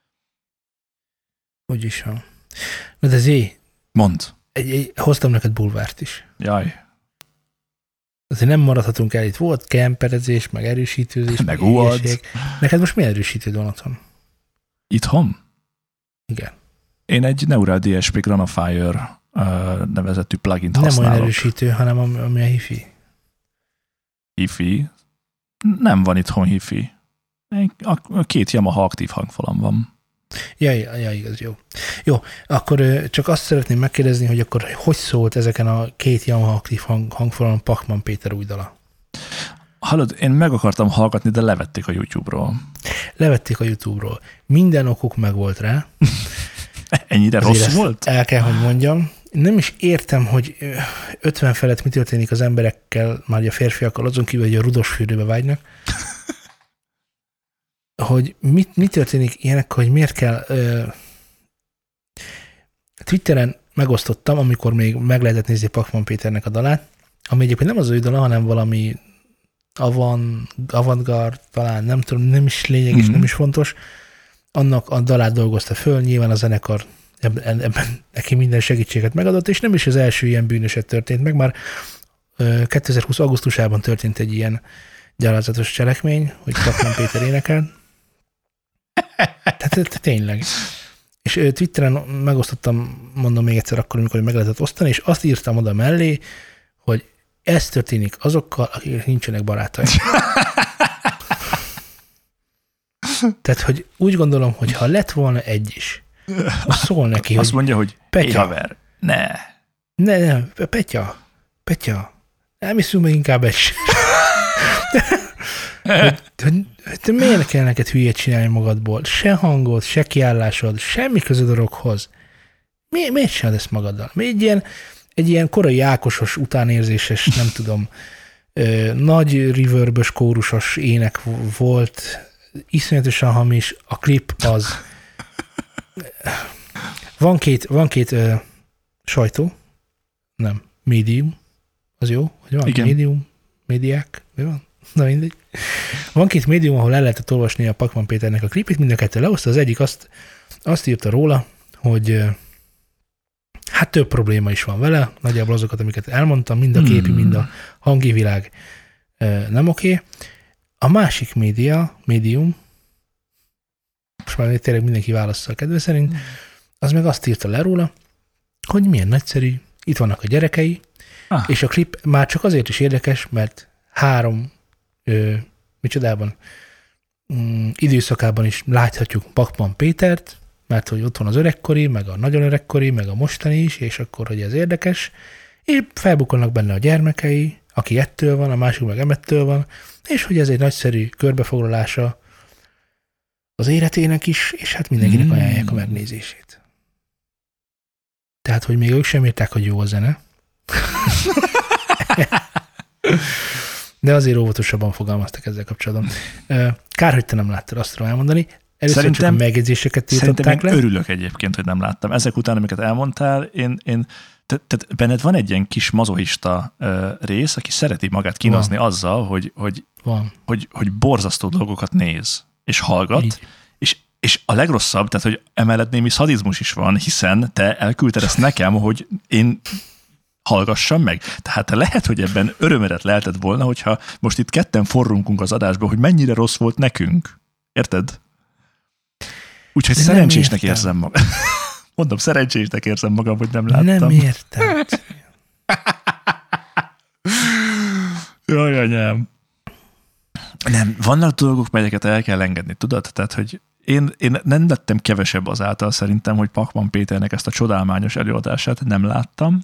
S1: Úgy is van. Na de Zé,
S2: mondd.
S1: Egy, egy, hoztam neked bulvárt is.
S2: Jaj.
S1: Azért nem maradhatunk el, itt volt kemperezés, meg erősítőzés,
S2: meg, meg u á dé.
S1: Neked most milyen erősítőd van otthon?
S2: Itthon?
S1: Igen.
S2: Én egy Neural dé es pé Granifier uh, nevezetű plugin-t használok.
S1: Nem olyan erősítő, hanem ami a hifi.
S2: Hifi? Nem van itthon hifi. A két Yamaha aktív hangfalam van.
S1: Ja, ja, ja, igaz, jó. Jó, akkor csak azt szeretném megkérdezni, hogy akkor hogy szólt ezeken a két Yamaha aktív hang, hangfalon Pachmann Péter új dala?
S2: Hallod, én meg akartam hallgatni, de levették a YouTube-ról.
S1: Levették a YouTube-ról. Minden okuk meg volt rá.
S2: Ennyire
S1: Azért
S2: rossz volt?
S1: El kell, hogy mondjam. nem is értem, hogy ötven felett mi történik az emberekkel, már a férfiakkal, azon kívül, hogy a rudos fürdőbe vágynak, hogy mit, mi történik ilyenek, hogy miért kell... Ö, Twitteren megosztottam, amikor még meg lehetett nézni Pakman Péternek a dalát, ami egyébként nem az ő dala, hanem valami avant, avantgard, talán nem tudom, nem is lényeg, és mm-hmm. nem is fontos. Annak a dalát dolgozta föl, nyilván a zenekar ebben, ebben neki minden segítséget megadott, és nem is az első ilyen bűnöset történt meg, már kétezer-húsz augusztusában történt egy ilyen gyalázatos cselekmény, hogy Pakman Péter énekel. Tehát tényleg. És Twitteren megosztottam, mondom még egyszer akkor, amikor meg lehetett osztani, és azt írtam oda mellé, hogy ez történik azokkal, akik nincsenek barátaim. Tehát, hogy úgy gondolom, hogy ha lett volna egy is, azt szól neki,
S2: azt
S1: hogy
S2: mondja, hogy
S1: Petya,
S2: haver, ne.
S1: Ne, ne, Petya, Petya, nem iszunk meg inkább egy hogy, hogy, hogy te miért kell neked hülyét csinálni magadból? Se hangot, se kiállásod, semmi köze dologhoz. Mi, miért csinálod ezt magaddal? Mi egy ilyen, egy ilyen korai Ákosos, utánérzéses, nem tudom, ö, nagy reverbös, kórusos ének volt, iszonyatosan hamis, a klip az... Van két, van két ö, sajtó, nem, médium, az jó, hogy van?
S2: Igen.
S1: Médium, médiák, mi van? Na mindegy. Van két médium, ahol el lehetett olvasni a Pakman Péternek a klipét, mind a kettő lehozta, az egyik azt, azt írta róla, hogy hát több probléma is van vele, nagyjából azokat, amiket elmondtam, mind a képi, hmm. mind a hangi világ nem oké. Okay. A másik média, médium, most már tényleg mindenki válassza a kedve szerint, az meg azt írta le róla, hogy milyen nagyszerű, itt vannak a gyerekei, ah. és a klip már csak azért is érdekes, mert három ö, micsodában mm, időszakában is láthatjuk Pakman Pétert, mert hogy ott van az öregkori, meg a nagyon öregkori, meg a mostani is, és akkor, hogy ez érdekes, és felbukkolnak benne a gyermekei, aki ettől van, a másik meg emettől van, és hogy ez egy nagyszerű körbefoglalása az életének is, és hát mindenkinek mm. ajánlják a megnézését. Tehát, hogy még ők sem írták, hogy jó a zene. De azért óvatosabban fogalmaztak ezzel kapcsolatban. Kár, hogy te nem láttad, azt tudom elmondani. Először szerintem, csak a megjegyzéseket tiltották le.
S2: Örülök egyébként, hogy nem láttam. Ezek után, amiket elmondtál, én, én tehát te, benned van egy ilyen kis mazohista uh, rész, aki szereti magát kínozni van. azzal, hogy, hogy,
S1: van.
S2: hogy, hogy borzasztó dolgokat néz, és hallgat, és, és a legrosszabb, tehát, hogy emellett némi szadizmus is van, hiszen te elküldted ezt nekem, hogy én hallgassam meg. Tehát te lehet, hogy ebben örömedet lehetett volna, hogyha most itt ketten forrunkunk az adásba, hogy mennyire rossz volt nekünk. Érted? Úgyhogy de szerencsésnek érzem magam. Mondom, szerencsésnek érzem magam, hogy nem láttam.
S1: Nem értem.
S2: Jaj, anyám. Nem, vannak dolgok, melyeket el kell engedni, tudod? Tehát, hogy én, én nem lettem kevesebb azáltal szerintem, hogy Pakman Péternek ezt a csodálmányos előadását nem láttam.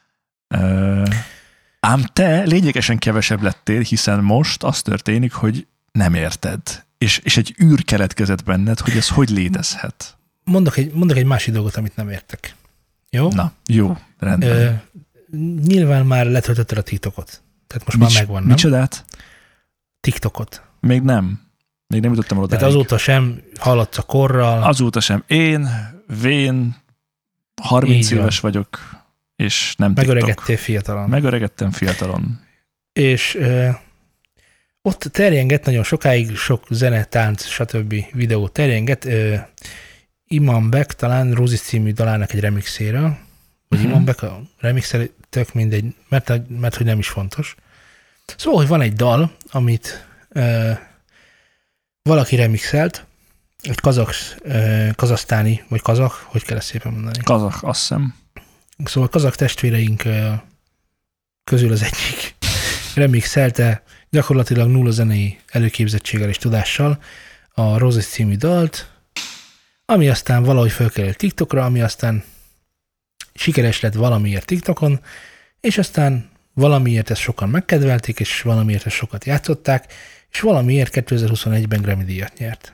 S2: Ám te lényegesen kevesebb lettél, hiszen most az történik, hogy nem érted. És, és egy űr keletkezett benned, hogy ez hogy létezhet.
S1: Mondok egy, mondok egy másik dolgot, amit nem értek. Jó?
S2: Na, jó, rendben. Ö,
S1: nyilván már letöltötted a TikTokot. Tehát most Mics, már megvan, nem?
S2: Micsodát?
S1: TikTokot.
S2: Még nem. Még nem jutottam oda.
S1: Tehát azóta sem haladsz a korral.
S2: Azóta sem. Én, vén, harminc éves vagyok, és nem TikTok.
S1: Megöregettél fiatalon.
S2: Megöregettem fiatalon.
S1: És ö, ott terjengett nagyon sokáig, sok zene, tánc, stb. Videó terjengett. Ö, Imam Beck talán Rózis című dalának egy remixéről, vagy uh-huh. Imam Beck a remixel, tök mindegy, mert, mert hogy nem is fontos. Szóval, hogy van egy dal, amit ö, valaki remixelt, egy kazak, ö, kazasztáni, vagy kazak, hogy kell ezt szépen mondani?
S2: Kazak, azt hiszem.
S1: Szóval kazak testvéreink ö, közül az egyik remixelte gyakorlatilag nulla zenei előképzettséggel és tudással a Rózis című dalt, ami aztán valahogy felkerült TikTokra, ami aztán sikeres lett valamiért TikTokon, és aztán valamiért ezt sokan megkedvelték, és valamiért ezt sokat játszották, és valamiért kétezer-huszonegyben Grammy-díjat nyert.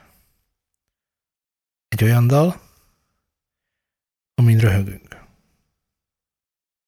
S1: Egy olyan dal, amin röhögünk.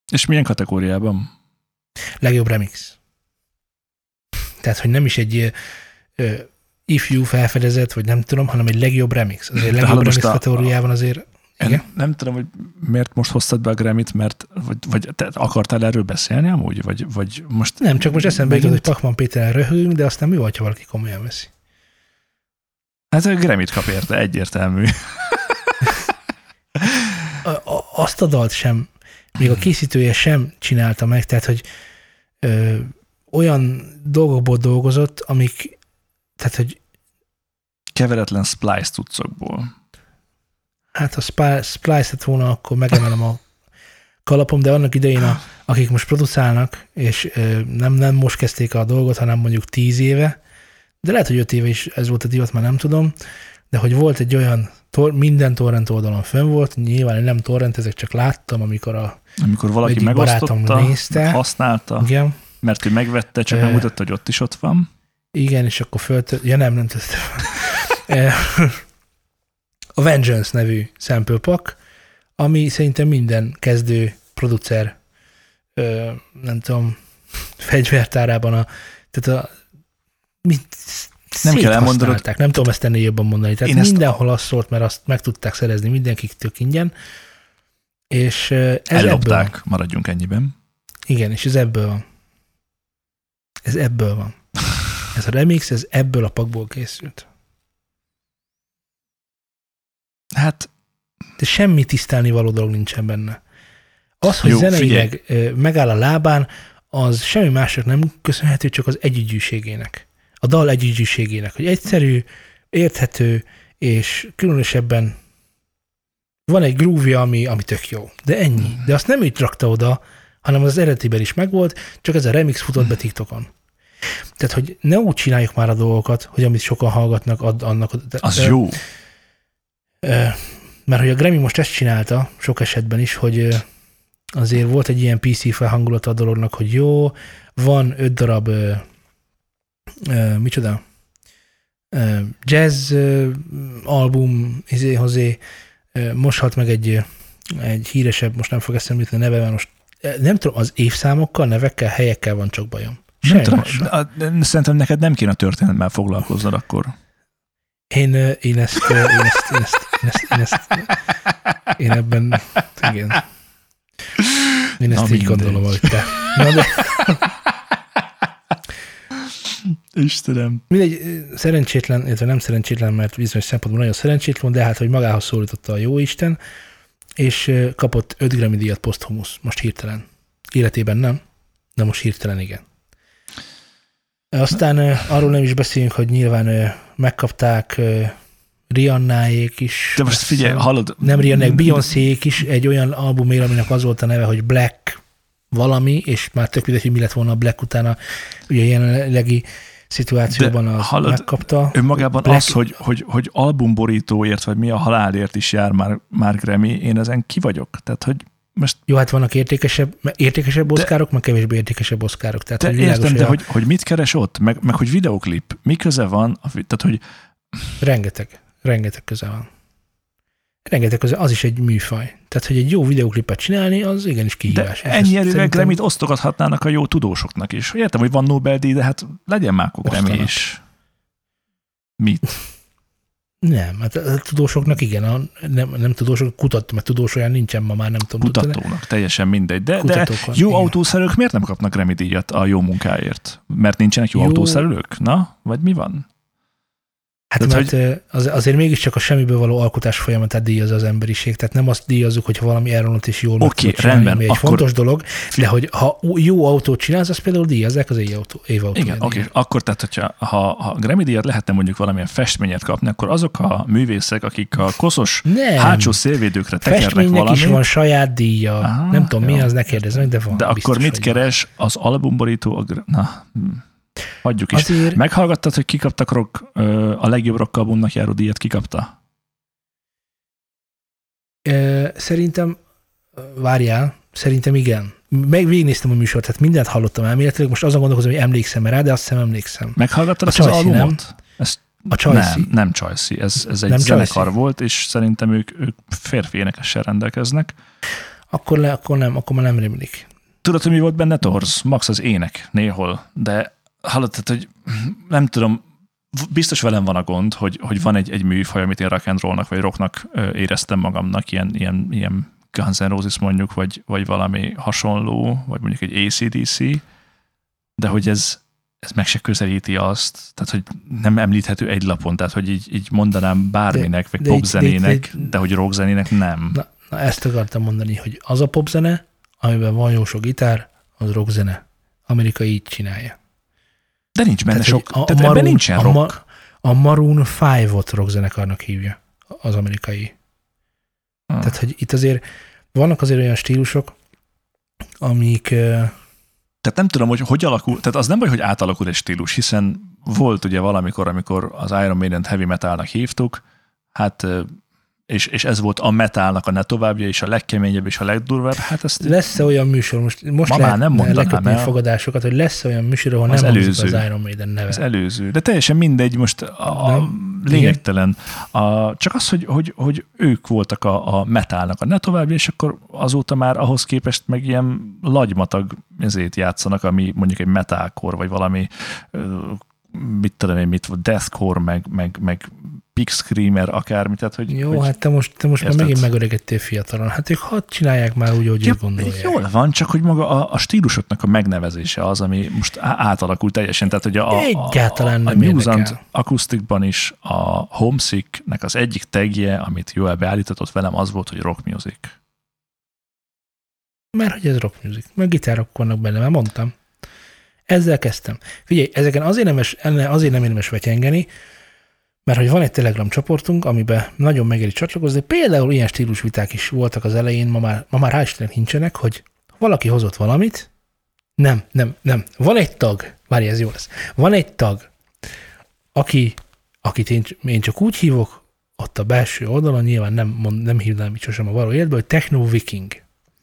S2: És milyen kategóriában?
S1: Legjobb remix. Tehát, hogy nem is egy uh, ifjú felfedezett, vagy nem tudom, hanem egy legjobb remix. Azért legjobb remix a, kategóriában azért... Igen?
S2: Nem tudom, hogy miért most hoztad be a Grammy-t, mert vagy, vagy te akartál erről beszélni amúgy? Vagy, vagy most
S1: nem, csak most eszembe jutott, hogy Pachman Péterrel röhögünk, de aztán mi vagy, ha valaki komolyan veszi?
S2: Hát a Grammy-t kap érte, egyértelmű.
S1: a, a, azt a dalt sem, még a készítője sem csinálta meg, tehát, hogy ö, olyan dolgokból dolgozott, amik, tehát, hogy
S2: keveretlen splice cuccokból.
S1: Hát ha splice-et volna, akkor megemelem a kalapom, de annak idején, a, akik most producálnak, és ö, nem, nem most kezdték a dolgot, hanem mondjuk tíz éve, de lehet, hogy öt éve is ez volt a divat, már nem tudom, de hogy volt egy olyan, tor, minden torrent oldalon fönn volt, nyilván nem torrent, ezek csak láttam, amikor a
S2: amikor valaki megosztotta, nézte, használta, igen. Mert ő megvette, csak nem mutatta, hogy ott is ott van.
S1: Igen, és akkor föltött, ja nem, nem töltöttem. A Vengeance nevű sample pack, ami szerintem minden kezdő producer, ö, nem tudom, fegyvertárában a, tehát a mint
S2: nem kell elmondanod.
S1: Nem tudom ezt ennél jobban mondani. Tehát mindenhol azt szólt, mert azt meg tudták szerezni mindenkik tök ingyen. És ez
S2: ellopták,
S1: ebből,
S2: maradjunk ennyiben.
S1: Igen, és ez ebből van. Ez ebből van. Ez a remix, ez ebből a pakból készült.
S2: Hát...
S1: De semmi tisztelni való dolog nincsen benne. Az, hogy jó, zeneileg figyelj. megáll a lábán, az semmi másnak nem köszönhető, csak az együgyűségének. A dal együgyűségének, hogy egyszerű, érthető, és különösebben van egy groove-ja, ami, ami tök jó. De ennyi. De azt nem így rakta oda, hanem az eredetiben is megvolt, csak ez a remix futott be TikTokon. Tehát, hogy ne úgy csináljuk már a dolgokat, hogy amit sokan hallgatnak, ad, annak... De,
S2: az de, jó.
S1: Mert hogy a Grammy most ezt csinálta, sok esetben is, hogy azért volt egy ilyen pé cé felhangulata a dolognak, hogy jó, van öt darab uh, uh, micsoda? Uh, jazz uh, album izé, hozé, uh, most halt meg egy, egy híresebb, most nem fog eszembe jutni a neve, mert most nem tudom, az évszámokkal, nevekkel, helyekkel van csak bajom.
S2: Nem tudom, szerintem neked nem kéne történetemmel foglalkoznod akkor.
S1: Én, én, ezt, én, ezt, én, ezt, én, ezt, én ezt, én ebben, igen. Én ezt Na, így mindegy. Gondolom, hogy te. Na, de...
S2: Istenem.
S1: Mindegy, szerencsétlen, illetve nem szerencsétlen, mert bizonyos szempontból nagyon szerencsétlen, de hát, hogy magához szólította a jóisten, és kapott öt Grammy díjat poszthumusz, most hirtelen. Életében nem, de most hirtelen igen. Aztán arról nem is beszélünk, hogy nyilván megkapták Rihannáék is.
S2: De most figyelj, hallod.
S1: Nem Rihannáék, Beyoncéék is egy olyan albumért, aminek az volt a neve, hogy Black valami, és már tök mindegy, hogy mi lett volna a Black utána, ugye jelenlegi szituációban az hallod, megkapta.
S2: Önmagában Black... az, hogy, hogy, hogy albumborítóért, vagy mi a halálért is jár már, már Grammy, én ezen ki vagyok. Tehát, hogy most...
S1: Jó, hát vannak értékesebb, értékesebb oszkárok, meg kevésbé értékesebb oszkárok. Tehát,
S2: de
S1: hogy
S2: értem, de
S1: a...
S2: hogy, hogy mit keres ott? Meg, meg hogy videoklip, mi köze van? Tehát, hogy...
S1: Rengeteg, rengeteg köze van. Rengeteg köze, az is egy műfaj. Tehát, hogy egy jó videoklipet csinálni, az igenis kihívás.
S2: De ennyi erővel szerintem... Grammy-t osztogathatnának a jó tudósoknak is. Értem, hogy van Nobel-díj, de hát legyen már akkor Grammy is. Mit?
S1: Nem, hát a tudósoknak igen, a, nem, nem tudósok, kutató, mert tudós olyan nincsen ma már, nem tudom.
S2: Kutatónak, tudni. Teljesen mindegy. De, de jó igen. Autószerelők miért nem kapnak Grammy díjat a jó munkáért? Mert nincsenek jó, jó. autószerelők? Na, vagy mi van?
S1: Hát tehát, mert hogy... az, azért mégiscsak a semmiből való alkotás folyamatát díjazza az emberiség. Tehát nem azt díjazzuk, hogy valami elromlott és jól
S2: okay, meg rendben,
S1: ami egy akkor... fontos dolog, de hogy ha jó autót csinálsz, az például díjazzák az évautó. évautó
S2: Igen, oké. Okay. Akkor tehát, hogyha ha, ha Grammy díjat lehetne mondjuk valamilyen festményet kapni, akkor azok a művészek, akik a koszos nem. hátsó szélvédőkre tekernek valamit. Festménynek is van saját díja. Aha, nem tudom, jó. Mi az, ne kérdezem, de van. De akkor mit keres az albumborító? A... Na, hagyjuk is. Azért... Meghallgattad, hogy kikaptak rock, a legjobb rock albumnak járó díjat kikapta?
S1: Szerintem, várjál, szerintem igen. Meg végignéztem a műsort, tehát mindent hallottam elméletileg, most azon gondolkozom, hogy emlékszem rá, de azt hiszem emlékszem.
S2: Meghallgattad azt az albumot?
S1: Ezt a Choicy.
S2: Nem, nem Choicy. Ez, ez egy nem zenekar Choicy. Volt, és szerintem ők, ők férfi énekessel rendelkeznek.
S1: akkor, le, akkor, nem, akkor már nem rémlik.
S2: Tudod, hogy mi volt benne torz? Max az ének néhol, de hallottad, hogy nem tudom, biztos velem van a gond, hogy, hogy van egy, egy műfaj, amit én rock and rollnak vagy rocknak éreztem magamnak, ilyen, ilyen, ilyen Guns N' Roses mondjuk, vagy, vagy valami hasonló, vagy mondjuk egy á cé dé cé, de hogy ez, ez meg se közelíti azt, tehát hogy nem említhető egy lapon, tehát hogy így, így mondanám bárminek, vagy popzenének, de, de, de hogy rockzenének nem.
S1: Na, na ezt akartam mondani, hogy az a popzene, amiben van jó sok gitár, az rockzene. Amerika így csinálja.
S2: De nincs benne
S1: tehát,
S2: sok,
S1: a,
S2: tehát
S1: a Maroon,
S2: ebben nincsen rock.
S1: A, Ma, a Maroon ötöt rockzenekarnak hívja az amerikai. Hmm. Tehát, hogy itt azért vannak azért olyan stílusok, amik...
S2: Tehát nem tudom, hogy hogy alakul, tehát az nem baj, hogy átalakul egy stílus, hiszen volt ugye valamikor, amikor az Iron Maiden-t heavy metalnak hívtuk, hát és, és ez volt a metalnak a ne továbbja, és a legkeményebb, és a legdurvább. Hát ezt
S1: lesz-e olyan műsor, most, most lehet
S2: nem
S1: lekötni a fogadásokat, hogy lesz-e olyan műsor, ahol
S2: az
S1: nem
S2: előző,
S1: az Iron Maiden neve.
S2: Az előző. De teljesen mindegy, most a, a lényegtelen. A, csak az, hogy, hogy, hogy ők voltak a, a metalnak a ne továbbja, és akkor azóta már ahhoz képest meg ilyen lagymatag ezért játszanak, ami mondjuk egy metalcore, vagy valami mit tudom én, mit, deathcore, meg, meg, meg Big Screamer, akármi. Tehát, hogy,
S1: jó,
S2: hogy
S1: hát te most, te most már megint megöregedtél fiatalon. Hát ők hadd csinálják már úgy, hogy ja, ők gondolják.
S2: Jól van, csak hogy maga a, a stílusoknak a megnevezése az, ami most átalakult teljesen. Tehát, hogy a,
S1: egyáltalán
S2: a, a,
S1: nem
S2: a Musant
S1: érdekel.
S2: Acousticban is a Homesicknek az egyik tagje, amit Joel beállítatott velem, az volt, hogy rock music.
S1: Mert hogy ez rock music. Meg gitárok vannak benne, már mondtam. Ezzel kezdtem. Figyelj, ezeken azért nem, azért nem érdemes vetyengeni, mert hogy van egy Telegram csoportunk, amiben nagyon megéri csatlakozni, például ilyen stílusviták is voltak az elején, ma már, ma már hál' Istennek nincsenek, hogy valaki hozott valamit, nem, nem, nem, van egy tag, várj, ez jó lesz, van egy tag, aki, akit én, én csak úgy hívok, ott a belső oldalon, nyilván nem, mond, nem hívnám így sosem a való életben, hogy Techno Viking.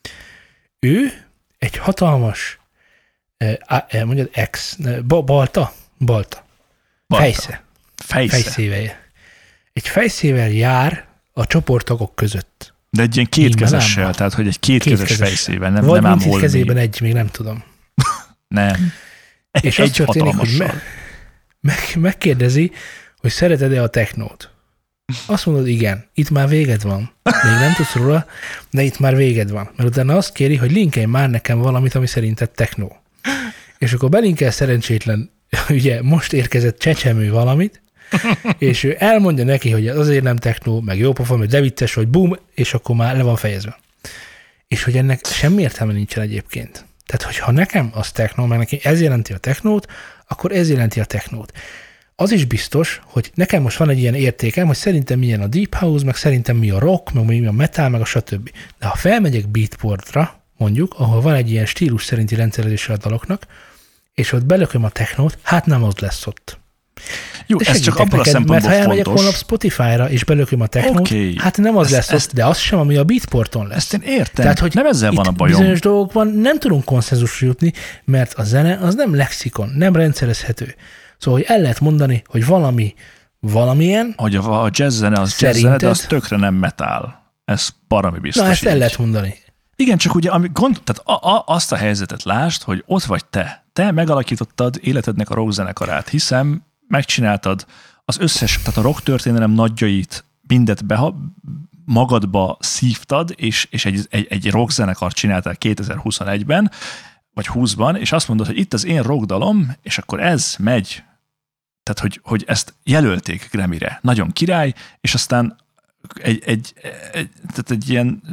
S1: Ő egy hatalmas, eh, mondjad, ex, ba, balta, balta, balta. fejsze.
S2: Fejsze.
S1: Fejszével. Egy fejszével jár a csoporttagok között.
S2: De egy ilyen kétkezessel, tehát hogy egy kétkezes két fejszével, nem,
S1: vagy
S2: nem ám
S1: mindkét kezében egy, még nem tudom.
S2: nem.
S1: És egy azt történik, hogy me, meg, megkérdezi, hogy szereted-e a technót. Azt mondod, igen, itt már véged van. Még nem tudsz róla, de itt már véged van. Mert utána azt kéri, hogy linkelj már nekem valamit, ami szerinted technó. És akkor belinkel szerencsétlen, ugye most érkezett csecsemő valamit, és ő elmondja neki, hogy azért nem technó, meg jó pofa, meg de vicces, hogy bum, és akkor már le van fejezve. És hogy ennek semmi értelme nincsen egyébként. Tehát, hogyha nekem az technó, meg neki ez jelenti a technót, akkor ez jelenti a technót. Az is biztos, hogy nekem most van egy ilyen értékem, hogy szerintem milyen a deep house, meg szerintem mi a rock, meg mi a metal, meg a stb. De ha felmegyek beatportra, mondjuk, ahol van egy ilyen stílus szerinti rendszerezése a daloknak, és ott belököm a technót, hát nem az lesz ott.
S2: Jó, ez csak abban a szempontból
S1: mert ha elmegyek
S2: fontos.
S1: holnap Spotify-ra, és belököm a technót,
S2: okay.
S1: hát nem az
S2: ezt,
S1: lesz
S2: ezt,
S1: ott, de az sem, ami a beatporton lesz.
S2: Ezt én értem,
S1: tehát, hogy
S2: nem ezzel van a bajom.
S1: Bizonyos dolgokban nem tudunk konszenzusra jutni, mert a zene az nem lexikon, nem rendszerezhető. Szóval, hogy el lehet mondani, hogy valami valamilyen.
S2: Hogy a, a jazz zene az jazz zene, de az tökre nem metal. Ez baromi biztos.
S1: Na, ezt
S2: így.
S1: el lehet mondani.
S2: Igen, csak ugye ami gond, tehát a, a, azt a helyzetet lásd, hogy ott vagy te. Te megalakítottad életednek a rock zenekarát, hiszen megcsináltad az összes, tehát a rock történelem nagyjait mindet beha, magadba szívtad, és, és egy, egy, egy rock zenekart csináltál kétezer-huszonegyben, vagy húszban, és azt mondod, hogy itt az én rock dalom, és akkor ez megy, tehát hogy, hogy ezt jelölték Grammy-re. Nagyon király, és aztán egy, egy, egy, tehát egy ilyen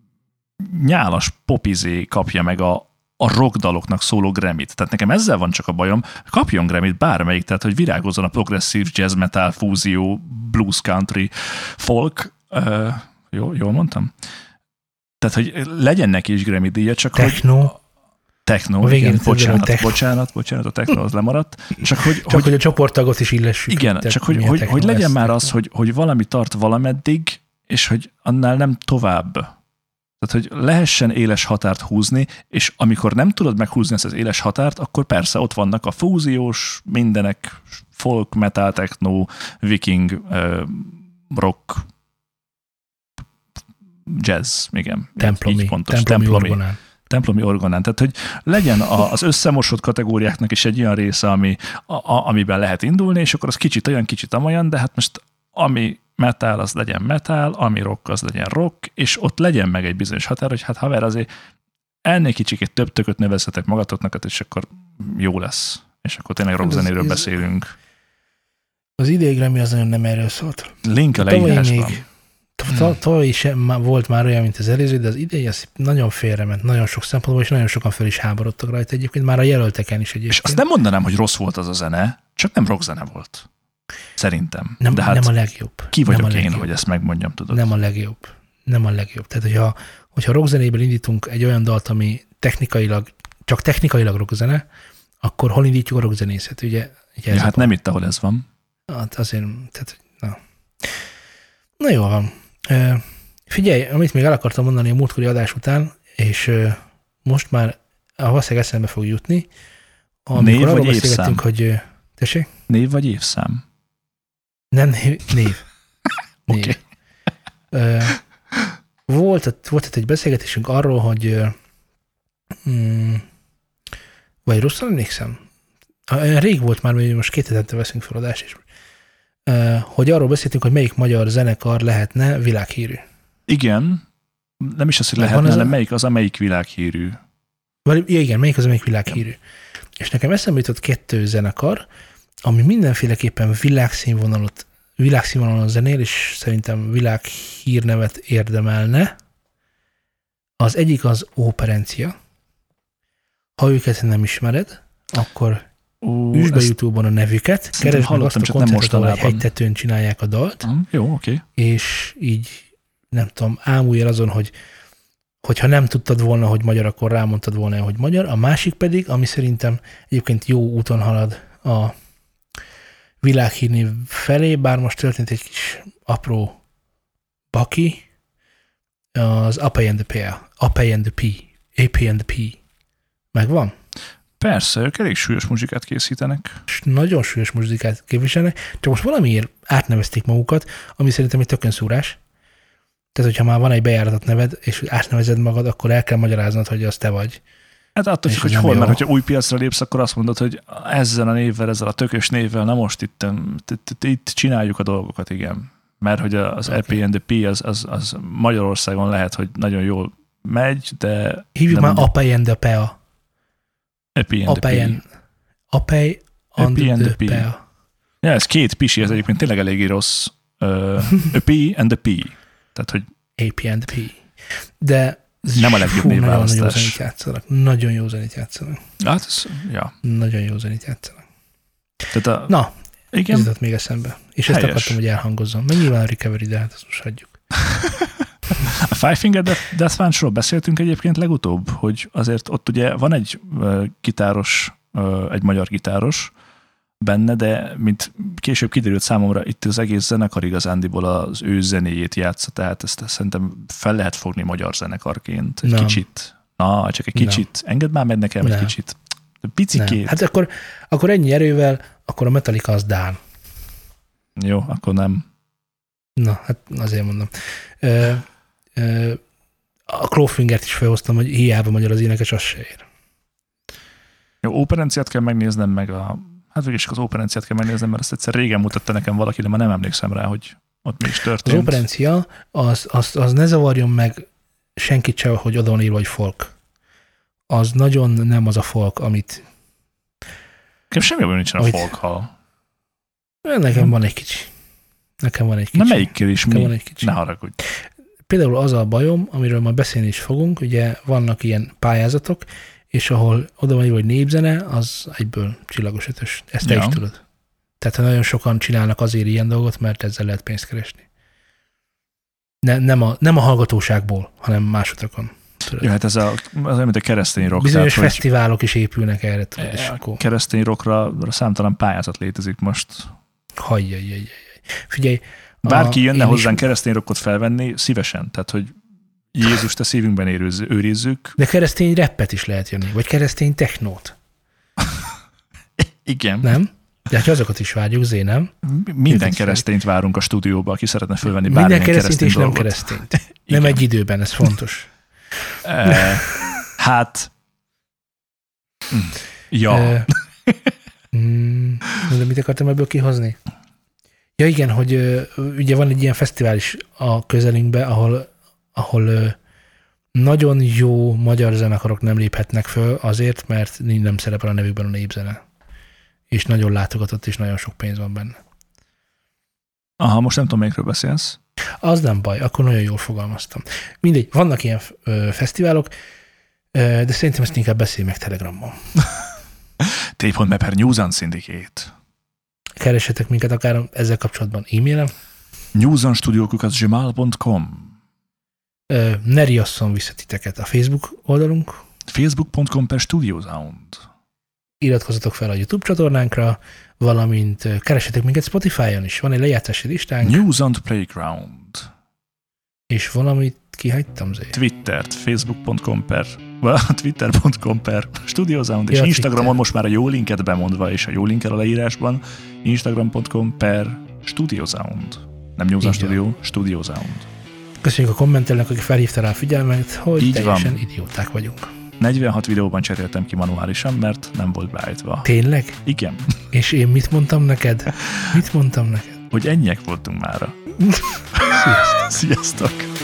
S2: nyálas popizé kapja meg a, a rock daloknak szóló Grammy-t. Tehát nekem ezzel van csak a bajom, kapjon Grammy-t bármelyik, tehát hogy virágozzon a progresszív jazz metal, fúzió, blues country, folk, uh, jó, jól mondtam? Tehát, hogy legyen neki is Grammy díja, csak
S1: techno.
S2: hogy... Techno, igen, bocsánat, techno. bocsánat, bocsánat, a techno az lemaradt. Csak hogy,
S1: csak hogy, hogy a csoporttagot is illessük.
S2: Igen, csak hogy, hogy, hogy legyen már az, hogy, hogy valami tart valameddig, és hogy annál nem tovább. Tehát, hogy lehessen éles határt húzni, és amikor nem tudod meghúzni ezt az éles határt, akkor persze ott vannak a fúziós, mindenek, folk, metal, techno, viking, rock, jazz, igen.
S1: Templomi,
S2: így pontos,
S1: templomi,
S2: templomi
S1: orgonán.
S2: Templomi orgonán. Tehát, hogy legyen a, az összemosott kategóriáknak is egy olyan része, ami, a, a, amiben lehet indulni, és akkor az kicsit olyan, kicsit amolyan, de hát most ami metal, az legyen metal, ami rock, az legyen rock, és ott legyen meg egy bizonyos határ, hogy hát haver, azért ennél kicsikét több tököt nevezhetek magatoknak, és akkor jó lesz. És akkor tényleg rockzenéről ez, beszélünk.
S1: Az ideig mi az nagyon nem erről szólt.
S2: Link a leírásban.
S1: Tavaly is volt már olyan, mint az előző, de az idei az nagyon félrement, nagyon sok szempontból, és nagyon sokan fel is háborodtak rajta egyébként, már a jelölteken is egyébként.
S2: És azt nem mondanám, hogy rossz volt az a zene, csak nem rockzene volt. Szerintem.
S1: Nem,
S2: de hát
S1: nem a legjobb.
S2: Ki vagyok
S1: nem a
S2: én,
S1: legjobb.
S2: hogy ezt megmondjam, tudod?
S1: Nem a legjobb. Nem a legjobb. Tehát, hogyha, hogyha rockzenéből indítunk egy olyan dalt, ami technikailag, csak technikailag rockzene, akkor hol indítjuk a rockzenészet? Ugye, ugye
S2: ja, hát nem itt, ahol ez van.
S1: Hát azért, tehát, na. Na jó van. Figyelj, amit még el akartam mondani a múltkori adás után, és most már a valószínűleg eszembe fog jutni, amikor
S2: név
S1: arról
S2: vagy
S1: beszélgettünk, hogy... Tessék?
S2: Név vagy évszám?
S1: Nem, név. név.
S2: Oké.
S1: Okay. Volt, volt egy beszélgetésünk arról, hogy mm, vagy rosszul emlékszem? Rég volt már, hogy most két hetente veszünk fel adást is. Hogy arról beszéltünk, hogy melyik magyar zenekar lehetne világhírű.
S2: Igen, nem is az, hogy lehetne, hanem a... melyik az, amelyik világhírű.
S1: Vagy, igen, melyik az, amelyik világhírű. Igen. És nekem eszembe jutott kettő zenekar, ami mindenféleképpen világszínvonalat, világszínvonalon zenél, és szerintem világhírnevet érdemelne. Az egyik az Operencia. Ha őket nem ismered, akkor Uh, üsd be YouTube-on a nevüket, keresd meg azt a koncertet, ahol egy hegytetőn csinálják a dalt,
S2: uh, jó, oké. Okay.
S1: És így, nem tudom, ámulj el azon, hogy hogyha nem tudtad volna, hogy magyar, akkor rámondtad volna, hogy magyar. A másik pedig, ami szerintem egyébként jó úton halad a világhírnév felé, bár most történt egy kis apró baki, az A P and the P. A P and the P. A P and the P. Megvan?
S2: Persze, ők elég súlyos muzsikát készítenek.
S1: És nagyon súlyos muzsikát képviselnek, csak most valamiért átnevezték magukat, ami szerintem egy tökönszúrás. Tehát, hogyha már van egy bejáratott neved, és átnevezed magad, akkor el kell magyaráznod, hogy az te vagy.
S2: Hát attól függ, hogy hol, mert hogyha új piacra lépsz, akkor azt mondod, hogy ezzel a névvel, ezzel a tökös névvel, na most itt, itt, itt csináljuk a dolgokat, igen. Mert hogy az okay. A P and the P az, az, az Magyarországon lehet, hogy nagyon jól megy, de...
S1: Hívjuk már A P and the P.
S2: A P and the P.
S1: A P and the P.
S2: Ja, ez két pisi, ez egyébként tényleg eléggé rossz. Uh, a P and the P. Tehát, hogy...
S1: A P and the P. De
S2: nem a legjobb névválasztás.
S1: Nagyon jó zenét játszanak. Nagyon jó zenét játszanak.
S2: Hát ez, ja.
S1: Nagyon jó zenét játszanak.
S2: Tehát a...
S1: Na,
S2: igen.
S1: Ez jutott még eszembe. És helyes. Ezt akartam, hogy elhangozzon. Meg nyilván a Recovery, de hát azt most hagyjuk.
S2: A Five Finger Death Punch-ról beszéltünk egyébként legutóbb, hogy azért ott ugye van egy uh, gitáros, uh, egy magyar gitáros benne, de mint később kiderült számomra, itt az egész zenekar igazándiból az ő zenéjét játsza, tehát ezt szerintem fel lehet fogni magyar zenekarként. Egy
S1: Nem.
S2: kicsit. Na, csak egy kicsit. Nem. Engedd már meg nekem Nem. egy kicsit. Picikét.
S1: Nem. Hát akkor, akkor ennyi erővel, akkor a Metallica az dán.
S2: Jó, akkor nem.
S1: Na, hát azért mondom. Ö, ö, a Clawfingert is felhoztam, hogy hiába magyar az énekes, az se ér.
S2: Jó, Operenciát kell megnéznem, meg a... Hát végig az Operenciát kell megnéznem, mert ezt egyszer régen mutatta nekem valaki, de már nem emlékszem rá, hogy ott mi is történt.
S1: Az Operencia, az, az, az ne zavarjon meg senkit se, hogy oda van írva, hogy folk. Az nagyon nem az a folk, amit...
S2: Nekem semmi olyan nincsen amit... a folkhal.
S1: Nekem hmm. van egy kicsi. Nekem van egy kicsi.
S2: Na melyikkel is mi?
S1: Van egy kicsi.
S2: Ne haragudj.
S1: Például az a bajom, amiről majd beszélni is fogunk, ugye vannak ilyen pályázatok, és ahol oda van írva, hogy népzene, az egyből csillagos ötös. Ezt te ja. is tudod. Tehát nagyon sokan csinálnak azért ilyen dolgot, mert ezzel lehet pénzt keresni. Ne, nem, a, nem a hallgatóságból, hanem másodakon.
S2: Ja, hát ez a, az olyan, mint a keresztény rock.
S1: Bizonyos
S2: tehát,
S1: fesztiválok is épülnek erre. Tudod, és akkor...
S2: Keresztény rockra számtalan pályázat létezik most.
S1: Hajjajjajjaj. Figyelj.
S2: Bárki
S1: a,
S2: jönne hozzánk
S1: is...
S2: keresztény rockot felvenni, szívesen. Tehát, hogy Jézust a szívünkben érőz, őrizzük.
S1: De keresztény rappet is lehet jönni, vagy keresztény technót.
S2: Igen.
S1: Nem? De hát azokat is várjuk, Zé, nem?
S2: Minden keresztényt várunk a stúdióba, aki szeretne fölvenni bármilyen
S1: Minden keresztényt
S2: keresztény
S1: és
S2: dolgot.
S1: nem keresztényt. Nem egy időben, ez fontos.
S2: E, hát... Ja.
S1: E, mm, de mit akartam ebből kihozni? Ja igen, hogy ö, ugye van egy ilyen fesztivál is a közelünkben, ahol, ahol ö, nagyon jó magyar zenekarok nem léphetnek föl azért, mert nem szerepel a nevükben a népzene. És nagyon látogatott, és nagyon sok pénz van benne.
S2: Aha, most nem tudom, melyikről beszélsz.
S1: Az nem baj, akkor nagyon jól fogalmaztam. Mindegy, vannak ilyen ö, fesztiválok, ö, de szerintem ezt inkább beszélj meg Telegramon.
S2: t pont m e per News and Syndicate.
S1: Keressetek minket akár ezzel kapcsolatban e-mailem.
S2: newsonstudio-kukat gmail pont com.
S1: Ö, ne riasszon vissza titeket a Facebook oldalunk.
S2: facebook pont com per studiosound.
S1: Iratkozzatok fel a YouTube csatornánkra, valamint ö, keressetek minket Spotify-on is. Van egy lejátszási listánk.
S2: News on the Playground.
S1: És valamit kihagytam, Zé?
S2: Twittert, facebook pont com per twitter pont com per studiosound, és
S1: Ja,
S2: Instagramon
S1: Twitter.
S2: most már a jó linket bemondva, és a jó linkel a leírásban, instagram pont com per studiosound. Nem News on
S1: Így van.
S2: Studio, studiosound.
S1: Köszönjük a kommentelnek, aki felhívta rá a figyelmet, hogy
S2: Így
S1: teljesen
S2: van.
S1: idióták vagyunk.
S2: negyvenhat videóban cseréltem ki manuálisan, mert nem volt beállítva.
S1: Tényleg?
S2: Igen,
S1: És én mit mondtam neked? Mit mondtam neked?
S2: hogy ennyiek voltunk mára.
S1: Sziasztok!
S2: Sziasztok!